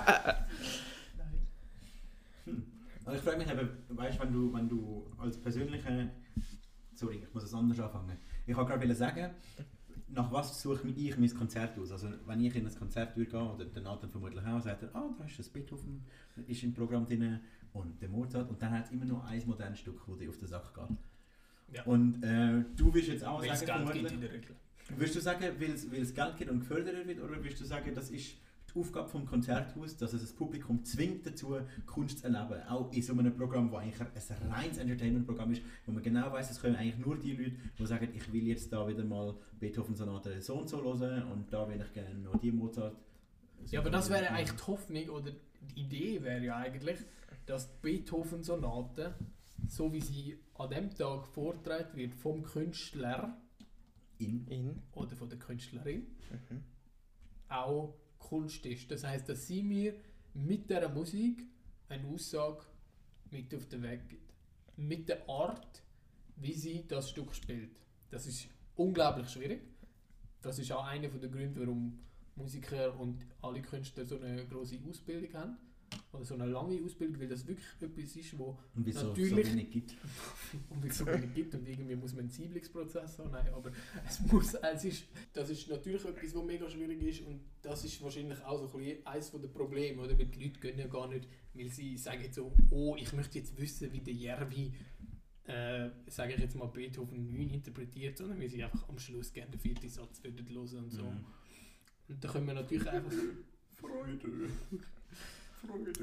Hm. Also ich frage mich eben, weißt, wenn du, wenn du als persönliche... Sorry, ich muss es anders anfangen. Ich wollte gerade sagen, nach was suche ich mein Konzert aus? Also wenn ich in ein Konzert durchgehe, oder der Nathan vermutlich auch, sagt er, ah, da ist das Beethoven, ist im Programm drin und der Mozart und dann hat es immer noch ein modernes Stück, das dir auf den Sack geht. Ja. Und äh, du wirst jetzt auch Weil es sagen, Geld gibt vermutlich- in der Regel. Würdest du sagen, weil es, weil es Geld gibt und gefördert wird, oder würdest du sagen, das ist die Aufgabe vom Konzerthaus, dass es das Publikum zwingt dazu, Kunst zu erleben? Auch in so einem Programm, das eigentlich ein reines Entertainment-Programm ist, wo man genau weiss, es können eigentlich nur die Leute, die sagen, ich will jetzt da wieder mal Beethoven-Sonate so und so hören und da will ich gerne noch die Mozart. Ja, aber das wäre eigentlich die Hoffnung, oder die Idee wäre ja eigentlich, dass die Beethoven-Sonate, so wie sie an dem Tag vorgetragen wird vom Künstler In. In. oder von der Künstlerin, Mhm. auch Kunst ist. Das heisst, dass sie mir mit dieser Musik eine Aussage mit auf den Weg gibt. Mit der Art, wie sie das Stück spielt. Das ist unglaublich schwierig. Das ist auch einer der Gründe, warum Musiker und alle Künstler so eine große Ausbildung haben. Oder so eine lange Ausbildung, weil das wirklich etwas ist, wo Und wie es so, so Natürlich. wenig gibt. und wie es so wenig gibt und irgendwie muss man einen Siebungsprozess haben. Nein, aber es muss, es ist, das ist natürlich etwas, was mega schwierig ist und das ist wahrscheinlich auch so ein bisschen eines der Probleme, oder? Weil die Leute gehen ja gar nicht, weil sie sagen jetzt so, oh, ich möchte jetzt wissen, wie der Järvi, äh, sage ich jetzt mal, Beethoven neun interpretiert, sondern weil sie einfach am Schluss gerne den vierten Satz würden hören und so. Mhm. Und da können wir natürlich einfach... Freude. Freude.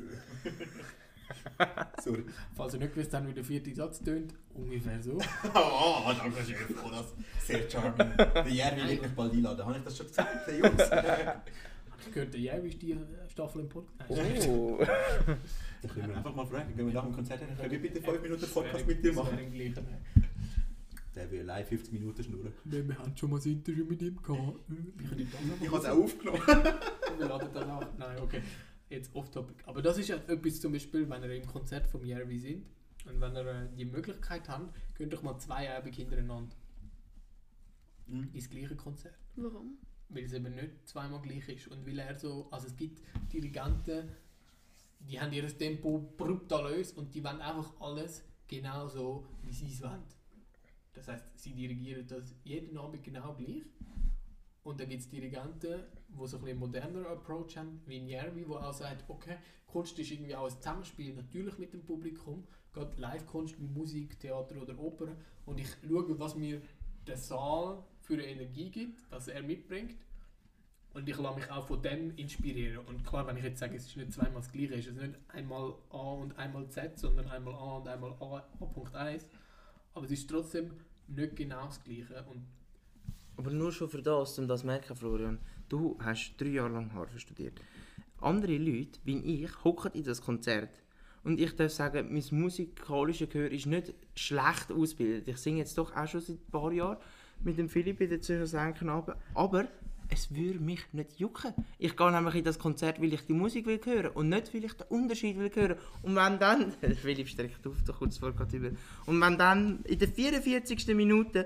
Sorry. Falls ihr nicht wisst, wie der vierte Satz tönt, ungefähr so. Oh, danke schön. Oh, das sehr charming. Der Järvi wird mich bald einladen. Habe ich das schon gesagt, den Jungs? Ich gehört, der Järvi ist die Staffel im Podcast. Oh. Dann können wir einfach mal fragen, gehen wir nach dem Konzert hin, können wir bitte fünf Minuten Das Podcast wäre- mit dir das wäre machen? im Gleichen. Der will live fünfzig Minuten schnurren. Wir, wir haben schon mal ein Interview mit ihm gehabt. Wir können das Ich noch habe es mal auch aufgenommen. Wir laden das auch. Nein, okay. Jetzt off-topic. Aber das ist ja etwas zum Beispiel, wenn ihr im Konzert vom Järvi sind und wenn ihr äh, die Möglichkeit habt, könnt ihr doch mal zwei Abende hintereinander Mhm. ins gleiche Konzert. Warum? Weil es eben nicht zweimal gleich ist. Und weil er so, also es gibt Dirigenten, die haben ihr Tempo brutalös und die wollen einfach alles genau so, wie sie es wollen. Das heisst, sie dirigieren das jeden Abend genau gleich. Und dann gibt es Dirigenten, die so ein bisschen moderner Approach haben, wie Järvi, der auch sagt, okay, Kunst ist irgendwie auch ein Zusammenspiel, natürlich mit dem Publikum, gerade Live-Kunst, Musik, Theater oder Oper. Und ich schaue, was mir der Saal für eine Energie gibt, was er mitbringt. Und ich lasse mich auch von dem inspirieren. Und klar, wenn ich jetzt sage, es ist nicht zweimal das Gleiche, es ist nicht einmal A und einmal Z, sondern einmal A und einmal A, A.eins. Aber es ist trotzdem nicht genau das Gleiche. Und Aber nur schon für das, um das zu merken, Florian, du hast drei Jahre lang Harfe studiert. Andere Leute, wie ich, hocken in das Konzert. Und ich darf sagen, mein musikalisches Gehör ist nicht schlecht ausgebildet. Ich singe jetzt doch auch schon seit ein paar Jahren. mit dem Philipp in den Zürcher Senkenabend. Aber es würde mich nicht jucken. Ich gehe nämlich in das Konzert, weil ich die Musik will hören und nicht, weil ich den Unterschied will hören. Und wenn dann... Philipp streckt auf, da kurz vor gerade über. Und wenn dann in der vierundvierzigsten Minute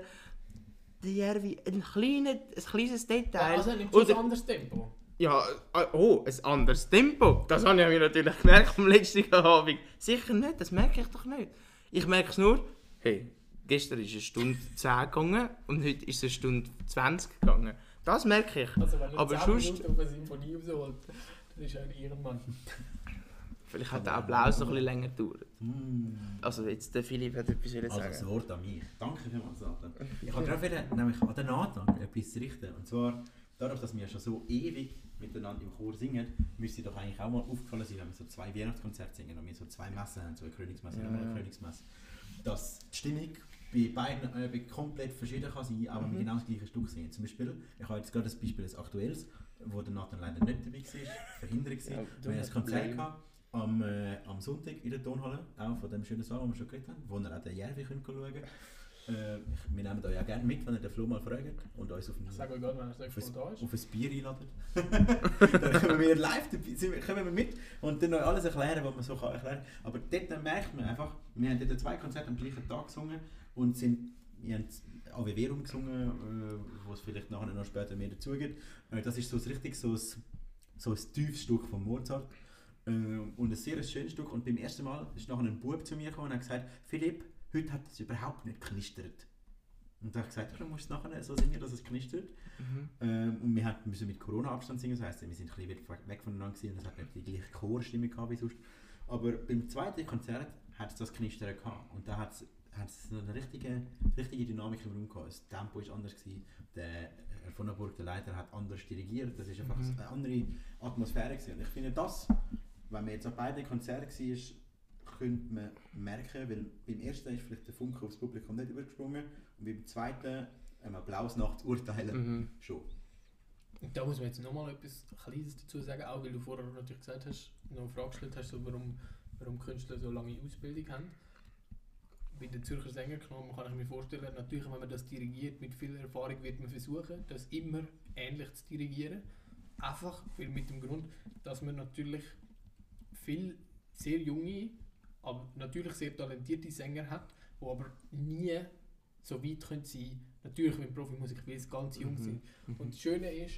der Järvi ein, kleine, ein kleines Detail... Ja, also nimmt schon ein anderes Tempo. Ja, oh, ein anderes Tempo. Das habe ich mir natürlich gemerkt am letzten Abend. Sicher nicht, das merke ich doch nicht. Ich merke es nur, hey, gestern ist eine Stunde zehn gegangen und heute ist es eine Stunde zwanzig gegangen. Das merke ich. Also wenn aber zehn sonst... Minuten auf eine Symphonie rausholt, dann ist er ein Ehrenmann. Vielleicht hat der Applaus noch ein bisschen länger gedauert. Mm. Also jetzt, der Philipp hat etwas sagen. Also das Wort an mich. Danke vielmals, Nathan. Ich wollte gerade nämlich an den Nathan etwas richten. Und zwar, dadurch, dass wir schon so ewig miteinander im Chor singen, müsste doch eigentlich auch mal aufgefallen sein, wenn wir so zwei Weihnachtskonzerte singen und wir so zwei Messen haben, so eine Königsmesse und Ja, eine ja. Königsmesse, dass die Stimmung bei beiden äh, komplett verschieden kann sein, auch wenn wir Mhm. genau das gleiche Stück singen. Zum Beispiel, ich habe jetzt gerade das Beispiel des Aktuelles, wo der Nathan leider nicht dabei war, verhindert war. Ja, Wir haben hast ein Konzert Problem. gehabt, am, äh, am Sonntag in der Tonhalle, auch von dem schönen Saal, wo wir schon geredet haben, wo ihr auch den Järvi könnt schauen könnt. Äh, ich- wir nehmen euch auch gerne mit, wenn ihr den Flo mal fragt und uns auf ein, Ich sage euch gerade, wenn er das auf nächste Mal da ein, ist. auf ein Bier einladet. Dann können wir live dabei, sind wir- kommen wir mit und dann euch alles erklären, was man so kann erklären kann. Aber dort dann merkt man einfach, wir haben dort zwei Konzerte am gleichen Tag gesungen und sind, wir haben A W W rumgesungen, äh, wo es vielleicht nachher noch später mehr dazu gibt. Äh, das ist so ein richtig so ein, so ein tiefes Stück von Mozart. Äh, und ein sehr schönes Stück. Und beim ersten Mal ist nachher ein Bub zu mir gekommen und hat gesagt, Philipp, heute hat es überhaupt nicht knistert. Und da habe ich gesagt, ja, du musst es nachher so singen, dass es knistert. Mhm. Ähm, und wir hatten- müssen mit Corona-Abstand singen, das heisst, wir sind ein bisschen weg voneinander gewesen und es hat nicht die gleiche Chorstimme gehabt wie sonst. Aber beim zweiten Konzert hat es das Knistern gehabt und da hat es hat es eine richtige, richtige Dynamik im Raum gehabt. Das Tempo war anders gewesen. Der Herr von der Burg, der Leiter, hat anders dirigiert. Das war einfach Mhm. eine andere Atmosphäre gewesen. Und ich finde das, wenn man jetzt an beiden Konzerten war, könnte man merken, weil beim ersten ist vielleicht der Funke aufs Publikum nicht übergesprungen und beim zweiten einem Applaus nach zu urteilen Mhm. schon. Und da muss man jetzt nochmal etwas Kleines dazu sagen, auch weil du vorher natürlich gesagt hast, noch eine Frage gestellt hast, so warum, warum Künstler so lange Ausbildung haben. Bei den Zürcher Sängerknaben kann ich mir vorstellen, natürlich, wenn man das dirigiert, mit viel Erfahrung wird man versuchen, das immer ähnlich zu dirigieren. Einfach weil mit dem Grund, dass man natürlich viele sehr junge, aber natürlich sehr talentierte Sänger hat, die aber nie so weit können sein. Natürlich mit Profimusik, weil sie ganz jung Mhm. sind. Mhm. Und das Schöne ist,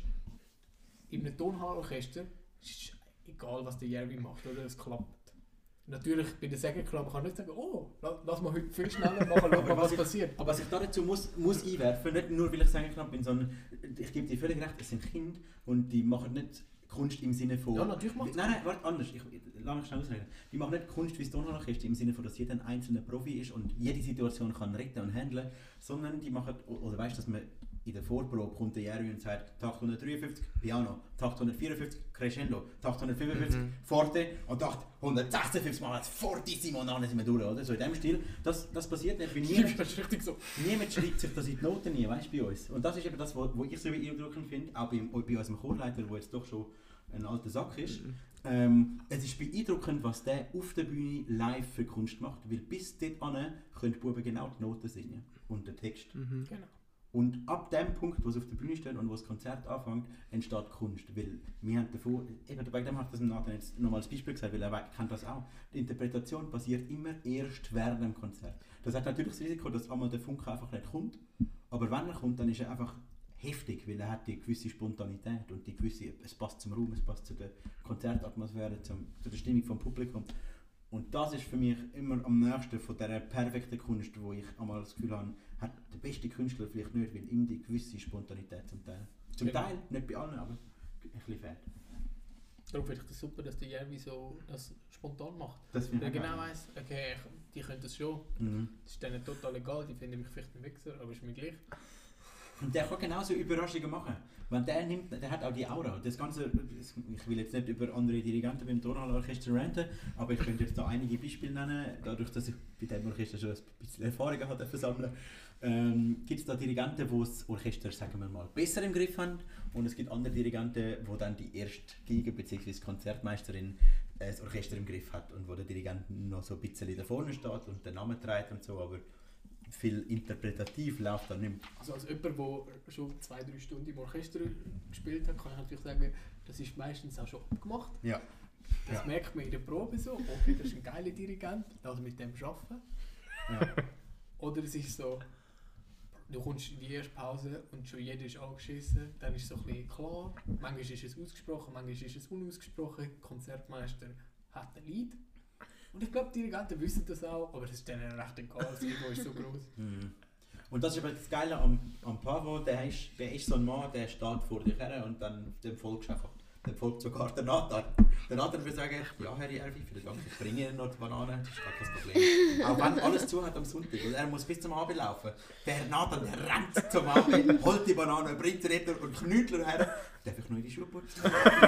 in einem Tonhallorchester ist es egal, was der Järvi macht, oder? Es klappt. Natürlich, bei den Sängerklappen kann man nicht sagen, oh, la- lass mal heute viel schneller machen, schau mal, was passiert. Aber was ich da dazu muss, muss einwerfen, nicht nur weil ich Sängerknapp bin, sondern ich gebe dir völlig recht, es sind Kinder und die machen nicht Kunst im Sinne von... Ja, natürlich macht Nein, nein, warte, anders. Ich, lass mich schnell ausreden. Die machen nicht Kunst wie das Tonhallorchester im Sinne von, dass jeder ein einzelner Profi ist und jede Situation kann retten und handeln, sondern die machen, oder weißt du, dass man in der Vorprobe kommt der Jerry und sagt, Takt hundertdreiundfünfzig, Piano, Takt hundertvierundfünfzig, Crescendo, Takt hundertfünfundfünfzig, Mhm. Forte und Takt hundertsechsundfünfzig Mal Fortissimo und dann sind wir durch, oder? So in dem Stil. Das, das passiert nicht, weil niemand, Das ist richtig so. niemand schreibt sich das in die Noten nie, weißt du, bei uns. Und das ist eben das, wo, wo ich so beeindruckend finde, auch bei, bei unserem Chorleiter, der jetzt doch schon ein alter Sack ist. Ähm, es ist beeindruckend, was der auf der Bühne live für Kunst macht, weil bis dorthin können die Buben genau die Noten singen und den Text. Mhm. Genau. Und ab dem Punkt, wo sie auf der Bühne stehen und wo das Konzert anfängt, entsteht Kunst. Weil wir haben davor, eben bei dem habe ich das Nathan jetzt nochmal als Beispiel gesagt, weil er we- kennt das auch. Die Interpretation passiert immer erst während dem Konzert. Das hat natürlich das Risiko, dass einmal der Funke einfach nicht kommt. Aber wenn er kommt, dann ist er einfach heftig, weil er hat die gewisse Spontanität und die gewisse, es passt zum Raum, es passt zu der Konzertatmosphäre, zum, zu der Stimmung vom Publikum. Und das ist für mich immer am nächsten von dieser perfekten Kunst, wo ich einmal das Gefühl habe, hat der beste Künstler vielleicht nicht, weil ihm die gewisse Spontanität zum Teil. Zum Genau. Teil, nicht bei allen, aber ein bisschen fehlt. Darum finde ich das super, dass der Järvi so das spontan macht. Das finde Der ich genau geil. weiss, okay, ich, die können das schon. Mhm. Das ist denen total egal, die finden mich vielleicht ein Wichser, aber ist mir gleich. Und der kann genauso Überraschungen machen. Wenn der nimmt, der hat auch die Aura. Das Ganze, ich will jetzt nicht über andere Dirigenten beim Tonhallorchester ranten, aber ich könnte jetzt da einige Beispiele nennen, dadurch, dass ich bei diesem Orchester schon ein bisschen Erfahrung habe versammeln. Ähm, gibt es da Dirigenten, die das Orchester, sagen wir mal, besser im Griff haben und es gibt andere Dirigenten, wo dann die erste Geige bzw. Konzertmeisterin äh, das Orchester im Griff hat und wo der Dirigent noch so ein bisschen da vorne steht und den Namen trägt und so, aber viel interpretativ läuft da nicht mehr. Also als jemand, der schon zwei, drei Stunden im Orchester gespielt hat, kann ich natürlich sagen, das ist meistens auch schon abgemacht. Ja. Das Ja. merkt man in der Probe so, okay, das ist ein geiler Dirigent, lass mit dem arbeiten. Ja. Oder es ist so, du kommst in die erste Pause und schon jeder ist angeschissen, dann ist es so ein bisschen klar. Manchmal ist es ausgesprochen, manchmal ist es unausgesprochen. Der Konzertmeister hat ein Lied. Und ich glaube, die Dirigenten wissen das auch, aber das ist denen recht egal, das Ego ist so groß. Mhm. Und das ist aber das Geile am, am Pavo, der ist, der ist so ein Mann, der steht vor dir her und dann dem folgst du einfach. Dann folgt sogar der Nathan. Der Nathan würde sagen, ja Herr Erwi, vielen Dank, ich bringe Ihnen noch die Banane, das ist gar kein Problem. Auch wenn alles zu hat am Sonntag und er muss bis zum Abend laufen. Der Nathan, der rennt zum Abend, holt die Banane, bringt sie runter und Knütler her. Darf ich noch in die Schuhe putzen?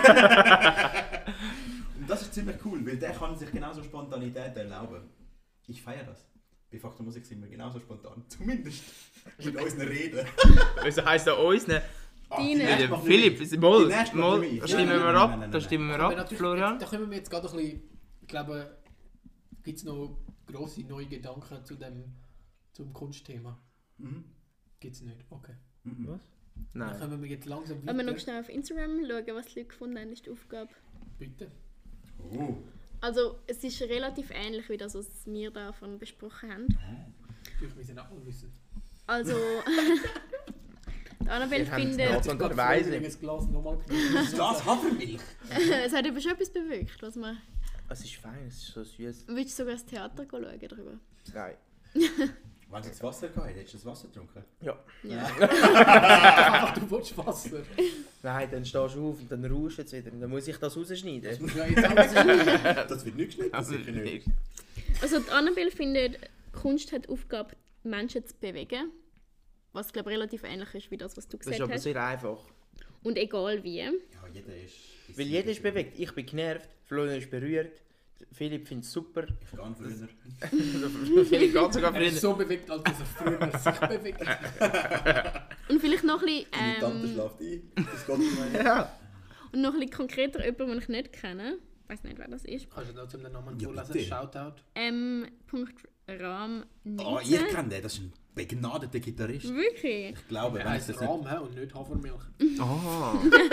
Und das ist ziemlich cool, weil der kann sich genauso Spontanität erlauben. Ich feiere das. Bei Faktor Musik sind wir genauso spontan. Zumindest mit unseren Reden. Also heisst das unseren? Deine. Ja, der Philipp, ist mal, mal, da stimmen wir ab, da stimmen wir Aber ab, natürlich- Florian. Da können wir jetzt gerade ein bisschen, ich glaube, gibt es noch grosse neue Gedanken zu dem, zum Kunstthema? Mhm. Gibt es nicht, okay. Mhm. Was? Dann Nein. können wir jetzt langsam Wenn wir noch weiter. schnell auf Instagram schauen, was die Leute gefunden haben, ist die Aufgabe. Bitte. Oh. Also es ist relativ ähnlich wie das, was wir davon besprochen haben. Ich müssen auch alle wissen. Also, die Annabelle Wir haben es findet, noch. Und der Weise. das Glas nochmal genommen. Das Glas Hafermilch. es hat eben schon etwas bewirkt, was man... Es ist fein, es ist so süß. Willst du sogar das Theater schauen darüber? Nein. Wenn sie das Wasser gehabt hättest du das Wasser getrunken? Ja. Ja. Ach, du willst Wasser. Nein, dann stehst du auf und dann rauschst du jetzt wieder. Dann muss ich das rausschneiden. Das muss ja jetzt auch sein. Das wird nicht geschnitten, sicher nicht. Also die Annabelle findet, Kunst hat die Aufgabe, Menschen zu bewegen. Was, glaube ich, relativ ähnlich ist wie das, was du Das ist gesagt aber hast. sehr einfach. Und egal wie. Ja, jeder ist... Weil jeder ist bewegt. Ich bin genervt, Florian ist berührt, Philipp findet es super. Ich gehe früher. Philipp geht sogar Er ist früher. so bewegt, als dass er früher sich bewegt. Und vielleicht noch ein bisschen, Deine Tante ähm, schläft ein. Das geht nicht mehr. Ja. und noch ein bisschen konkreter jemand, den ich nicht kenne. Ich weiß nicht, wer das ist. Kannst du dazu den Namen Ja, vorlesen? bitte. Shoutout. M. Ram Oh, neunzehn. ihr kennt den, das ist ein begnadeter Gitarrist. Wirklich? Ich glaube, Er wenn ich heisst das nicht... Rahm hä, und nicht Hafermilch. Ah.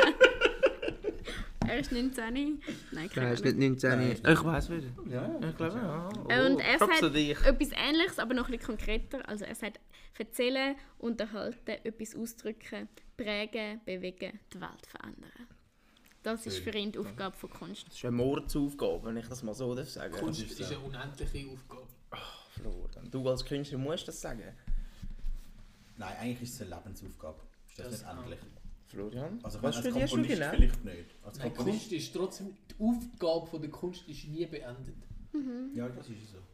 Er ist neunzehn. Nein, keine Nein, ist Ahnung. nicht neunzehn. Nein, Ich ist weiß wieder. Ja, ja. Ich glaube, ja. Äh, und er fragst du sagt dich. etwas Ähnliches, aber noch ein bisschen konkreter. Also er sagt, erzählen, unterhalten, etwas ausdrücken, prägen, bewegen, die Welt verändern. Das ist Schön. für ihn die Aufgabe von Kunst. Das ist eine Mordsaufgabe, wenn ich das mal so darf sagen. Kunst ist ist so. eine unendliche Aufgabe. Florian, du als Künstler musst das sagen. Nein, eigentlich ist es eine Lebensaufgabe. Ist das, Das nicht auch. endlich? Florian, Also was als studierst du Komponist genau? vielleicht nicht. Als Nein, Komponist... Kunst ist trotzdem, die Aufgabe von der Kunst ist nie beendet. Ja, das ist so.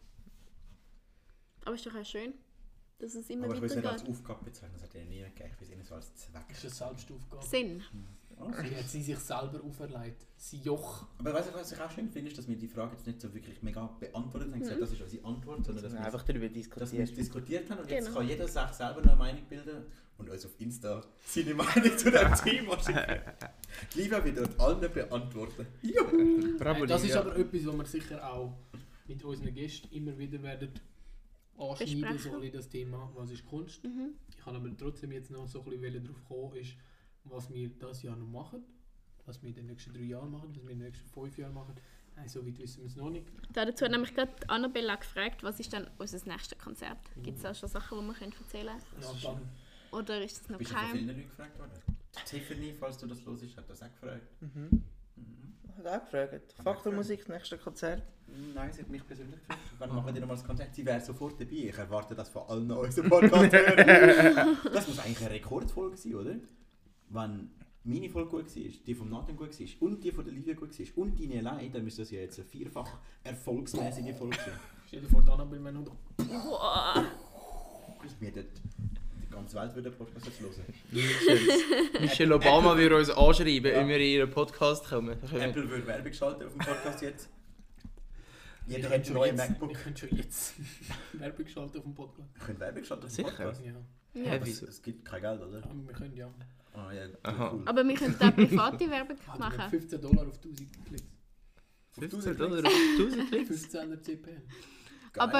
Aber ist doch auch schön, dass es immer Aber ich will es nicht als weitergeht. Aufgabe bezeichnen, das hat er nie gegeben. Ich will es eher so als Zweck. Das ist eine Selbstaufgabe. Sinn. Sie hat sie sich selber auferlegt. Sie Joch. Aber weißt du, was ich auch schön finde, ist, dass wir die Frage jetzt nicht so wirklich mega beantwortet haben, Mhm. gesagt, das ist unsere Antwort, sondern dass wir Einfach darüber dass wir es diskutieren. diskutiert haben und jetzt Genau. kann jeder sich selber noch eine Meinung bilden und uns auf Insta seine Meinung zu dem Thema schicken. Die Livia wird dort allen beantworten. Juhu. Bravo, Äh, das ist Livia. aber etwas, was wir sicher auch mit unseren Gästen immer wieder werden anschneiden, Besprechen. so in das Thema, was ist Kunst. Mhm. Ich kann aber trotzdem jetzt noch so ein bisschen darauf kommen, ist, was wir das Jahr noch machen, was wir in den nächsten drei Jahren machen, was wir in den nächsten fünf Jahren machen. Nein, so weit wissen wir es noch nicht. Dazu hat nämlich gerade Annabella gefragt, was ist dann unser nächstes Konzert? Gibt es da schon Sachen, die wir können erzählen Ja, können? dann, Oder ist das noch Bist du von kein? vielen Leuten gefragt worden? Tiffany, falls du das hörst, hat das auch gefragt. Mhm. Hat auch gefragt. Faktormusik, nächstes Konzert. Nein, sie hat mich persönlich gefragt. Wann machen die nochmal das Konzert? Sie wäre sofort dabei. Ich erwarte das von allen unseren Podcast-Hörern. Das muss eigentlich eine Rekordfolge sein, oder? Wenn meine Folge gut war, die vom Nathan gut war und die von der Livia gut war und deine allein, dann müsste das ja jetzt eine vierfach erfolgsmäßige Folge sein. stell dir vor, die Annabelle wäre noch da. Boah. Wir würden die ganze Welt würde den Podcast jetzt hören. Michelle, Michelle Obama würde uns anschreiben, wenn wir in ihren Podcast kommen. Da können wir- Apple würde Werbung schalten auf dem Podcast jetzt. Wir Jeder können hat schon neue jetzt- MacBook. Wir können schon jetzt Werbung schalten auf dem Podcast. Wir können Werbung schalten auf dem Sicher? Podcast. Ja, Ja. Hä, Aber es, wieso? es gibt kein Geld, oder? aber wir können ja. Ah ja, Aha. cool. Aber wir können da private Werbung Ah, wir haben machen. fünfzehn Dollar auf tausend Klicks. fünfzehn Dollar auf tausend Klicks. fünfzehner C P M. Geil. Aber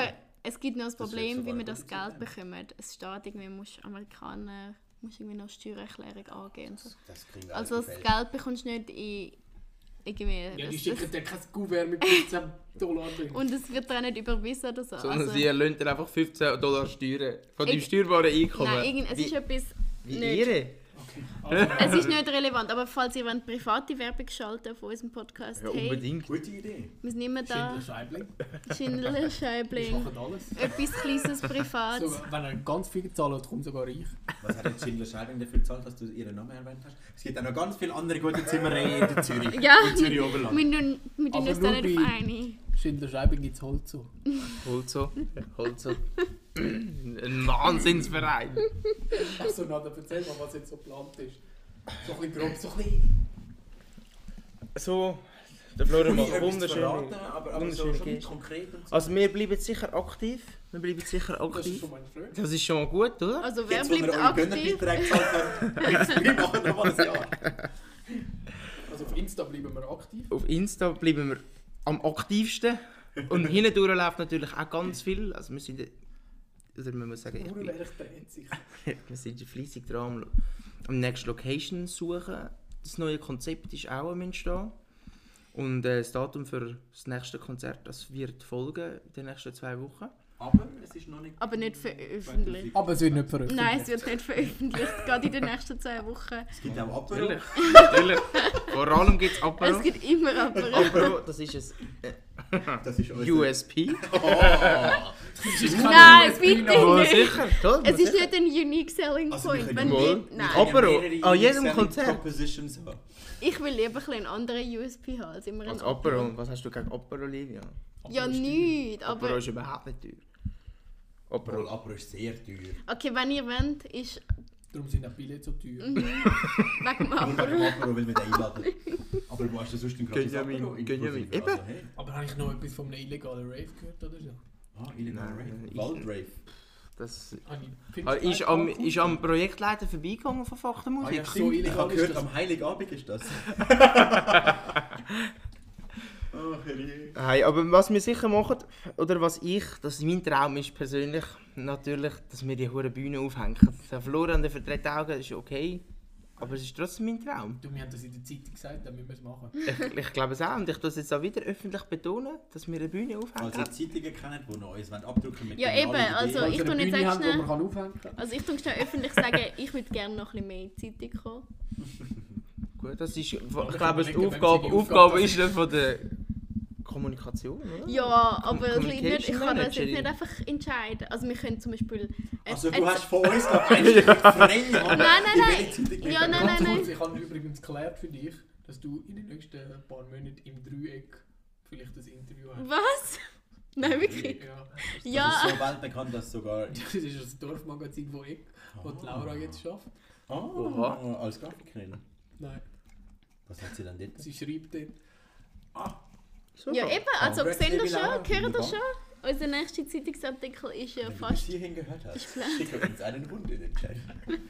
es gibt noch das Das ist Problem, jetzt wie sogar wir das ein Geld gutes bekommen. Es steht irgendwie, musst Amerikaner musst irgendwie noch Steuererklärung angeben und so. Das kriegen wir Also alles das gefällt. Geld bekommst du nicht in irgendwie... Ja, die es- schicken es- dir kein Kuvert mit fünfzehn Dollar drin. und es wird dir auch nicht überwiesen oder so. Sondern Also, sie erlöhnt dir einfach fünfzehn Dollar Steuern von deinem Ich- steuerbaren Einkommen. nein, irgend, es wie, ist etwas wie nicht. ihre? Also, Es ist nicht relevant, aber falls ihr wollt private Werbung schalten auf unserem Podcast, Ja, hey, unbedingt. Gute Idee. wir sind immer da. Schindler Scheibling. Schindler Wir Scheibling. machen alles. Etwas Kleines Privates. So, wenn er ganz viel zahlt, kommt sogar ich. Was hat jetzt Schindler Scheibling dafür gezahlt, dass du ihren Namen erwähnt hast? Es gibt auch noch ganz viele andere gute Zimmerreihen in der Zürich. Ja, in Zürich Oberland. wir tun wir tun Aber uns da nur nicht bei- auf eine. Schindler Scheibling gibt es Holzo. Holzo. Holzo. Ein Wahnsinnsverein. Also, na, dann erzähl mal, was jetzt so geplant ist. So ein bisschen grob, so ein bisschen... So, der Florian Nie macht etwas wunderschöne, verraten, aber, aber so wunderschöne schon Gesten. konkret und so. Also wir bleiben sicher aktiv. Wir bleiben sicher Das ist aktiv. schon mal ein Flirt. Das ist schon mal gut, oder? Also wer Jetzt, wo wir bleibt eure aktiv? Gönnerbeiträge gezahlt haben, jetzt wir machen noch mal ein Jahr. Also auf Insta bleiben wir aktiv. Auf Insta bleiben wir am aktivsten. Und hindurch läuft natürlich auch ganz viel. Also wir sind, oder man muss sagen, ich bin, Uhrwerk dreht sich. wir sind fleissig dran am, am nächsten Location suchen. Das neue Konzept ist auch am Entstehen. Und äh, das Datum für das nächste Konzert, das wird folgen in den nächsten zwei Wochen. Aber es ist noch nicht... Aber nicht veröffentlicht. Aber es wird nicht veröffentlicht. Nein, es wird nicht veröffentlicht, gerade in den nächsten zwei Wochen. Es gibt auch Apero. Natürlich. Natürlich. Vor allem gibt es Apero. Es gibt immer aber. Apero, das ist ein Das ist unser... U S P. Oh. Nein, bitte Oh, nicht. sicher. Toll, Es ist sicher. nicht ein unique selling Also wir point. können Wenn wohl. die, nein, Aber- Apero. An jedem Konzert. Propositions haben. ich will lieber ein bisschen einen anderen U S P haben als immer ein Als Apero. Was hast du gegen Apero, Livia? Ja, nichts, Apero aber... ist überhaupt nicht teuer. Apero, Apero. Apero ist sehr teuer. Okay, wenn ihr wollt, ist Darum sind auch Billets so teuer. wegen dem Nur wegen Apero. dem Apero will man den einladen. Aber du hast ja sonst ein gratis Gönjamin, Apero. Gönjamin. inklusive. Also, hey. Aber habe ich noch etwas von einem illegalen Rave gehört oder so? Ah, illegal Nein, Rave. ich- Waldrave. Das Habe ich- Ah, findest ist du am, das cool? ist am Projektleiter vorbeigegangen von Fach der Ah, Musik. ja, so stimmt. Ich illegal habe ist gehört, das. am Heiligabend ist das. Oh, herrje. Hey, aber was wir sicher machen, oder was ich, das mein Traum ist persönlich, natürlich, dass wir die hure Bühne aufhängen. Der Florian, der verdreht die Augen, ist okay, aber es ist trotzdem mein Traum. Du, wir haben das in der Zeitung gesagt, dann müssen wir es machen. Ich, ich glaube es auch, und ich tue es jetzt auch wieder öffentlich betonen, dass wir eine Bühne aufhängen. Falls ihr Zeitungen kennt, die noch uns abdrücken mit Ja, genialen eben, also Ideen. ich Falls ihr tu eine nicht Bühne sagen habt, wo schnell- man kann aufhängen kann. Also ich tue schnell öffentlich sagen, ich würde gerne noch ein bisschen mehr in die Zeitung kommen. Gut, das ist, ich ich glaube, die überlege, Aufgabe, welche Aufgabe Aufgabe ist das von der Kommunikation, oder? Ja, aber es liegt nicht, ich Communication kann das jetzt Managerin. nicht einfach entscheiden. Also wir können zum Beispiel... äh, Also äh, du hast von uns noch eigentlich freie Hand. Nein, nein, in nein. welche Zeitung Ja, wir nein, gehen. Ganz nein. kurz, ich habe übrigens geklärt für dich, dass du in den nächsten paar Monaten im Dreieck vielleicht ein Interview hast. Was? Nein, wirklich? Ja. Ja. Das ist so weltbekannt, dass sogar... Das ist das Dorfmagazin von Eck, wo die Laura jetzt schafft. Oh, Oha. als Grafikerin. Nein, Was hat sie dann dort? sie schreibt dort. Ah, Super. Ja, eben, also Congrats, seht ihr liebe Laura, schon, hört ihr wunderbar. schon? Unser nächster Zeitungsartikel ist ja wenn du bis fast... hierhin gehört hast, ist klar. schick uns einen Hund in den Chat.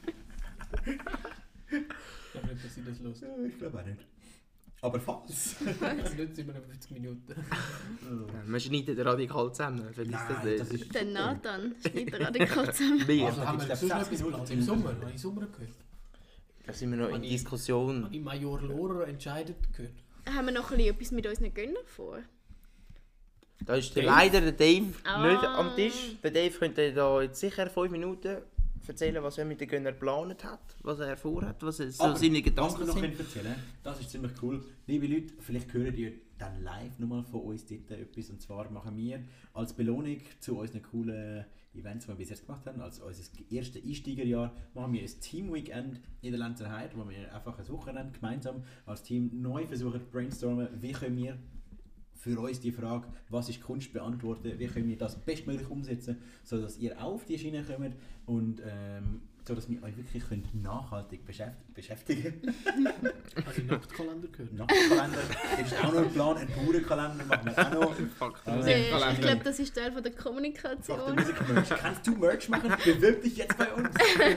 Ich glaube nicht, dass sie das los. Ich glaube auch nicht. Aber falls. Also nicht siebenundfünfzig Minuten. Ja, wir schneiden radikal zusammen, vergiss das Nein, nicht. das ist... Der Nathan schneidet radikal zusammen. Wir. Also haben wir gibt's, sonst glaub noch ich, etwas sechs geplant? Minuten. Im Sommer? Habe ich Sommer gehört? Da sind wir noch in Habe ich- Diskussion. Habe ich Major Lohrer entscheidet gehört? Haben wir noch ein bisschen etwas mit unseren Gönnern vor? Da ist der Dave? leider der Dave Ah. nicht am Tisch. Der Dave könnte da jetzt sicher fünf Minuten erzählen, was er mit den Gönnern geplant hat, was er vorhat, was er so Aber seine was Gedanken wir noch sind. erzählen können, das ist ziemlich cool. Liebe Leute, vielleicht hören ihr dann live nochmal von uns dort etwas. Und zwar machen wir als Belohnung zu unseren coolen Events, die wir bis jetzt gemacht haben, als unser erstes Einsteigerjahr, machen wir ein Team-Weekend in der Lenzer Heide, wo wir einfach ein Wochenende gemeinsam als Team neu versuchen zu brainstormen, wie können wir für uns die Frage, was ist Kunst, beantworten, wie können wir das bestmöglich umsetzen, sodass ihr auch auf die Schiene kommt und ähm, so dass wir euch wirklich könnt nachhaltig beschäft beschäftigen können. Habe ich Nachtkalender gehört? Nachtkalender ist auch noch ein Plan, ein Bauernkalender machen wir auch noch. Fuck, Ah, das Äh, ist Ich Kalender. glaube, das ist Teil von der Fach der Kommunikation. Musik-Merch. Kannst du Merch machen? Bewirb dich jetzt bei uns.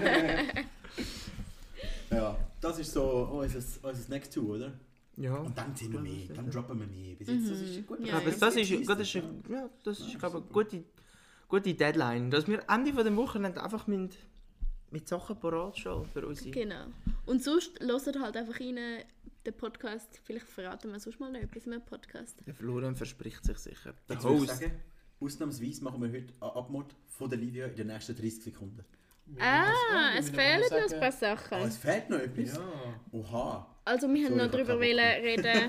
Ja, das ist so unser, unser Next Two, oder? Ja. Und dann ziehen wir mehr, dann droppen wir mehr. Bis jetzt, das ist gut. Ja, Ja, aber ja. das ist, das ist, ja, das ist glaube ich, eine gute, gute Deadline, dass wir Ende von der Woche einfach mit, mit Sachen parat stehen für unsere... Genau. Und sonst hört halt einfach rein den Podcast. Vielleicht verraten wir sonst mal noch etwas mit dem Podcast. Der Florian verspricht sich sicher. Der Jetzt würde ich Host. sagen, ausnahmsweise machen wir heute einen Abmod von der Livia in den nächsten dreißig Sekunden. Ah, es fehlen noch ein paar Ah, Sachen. es fehlt noch etwas? Ja. Oha. Also wir haben Sorry, noch darüber ich hab reden.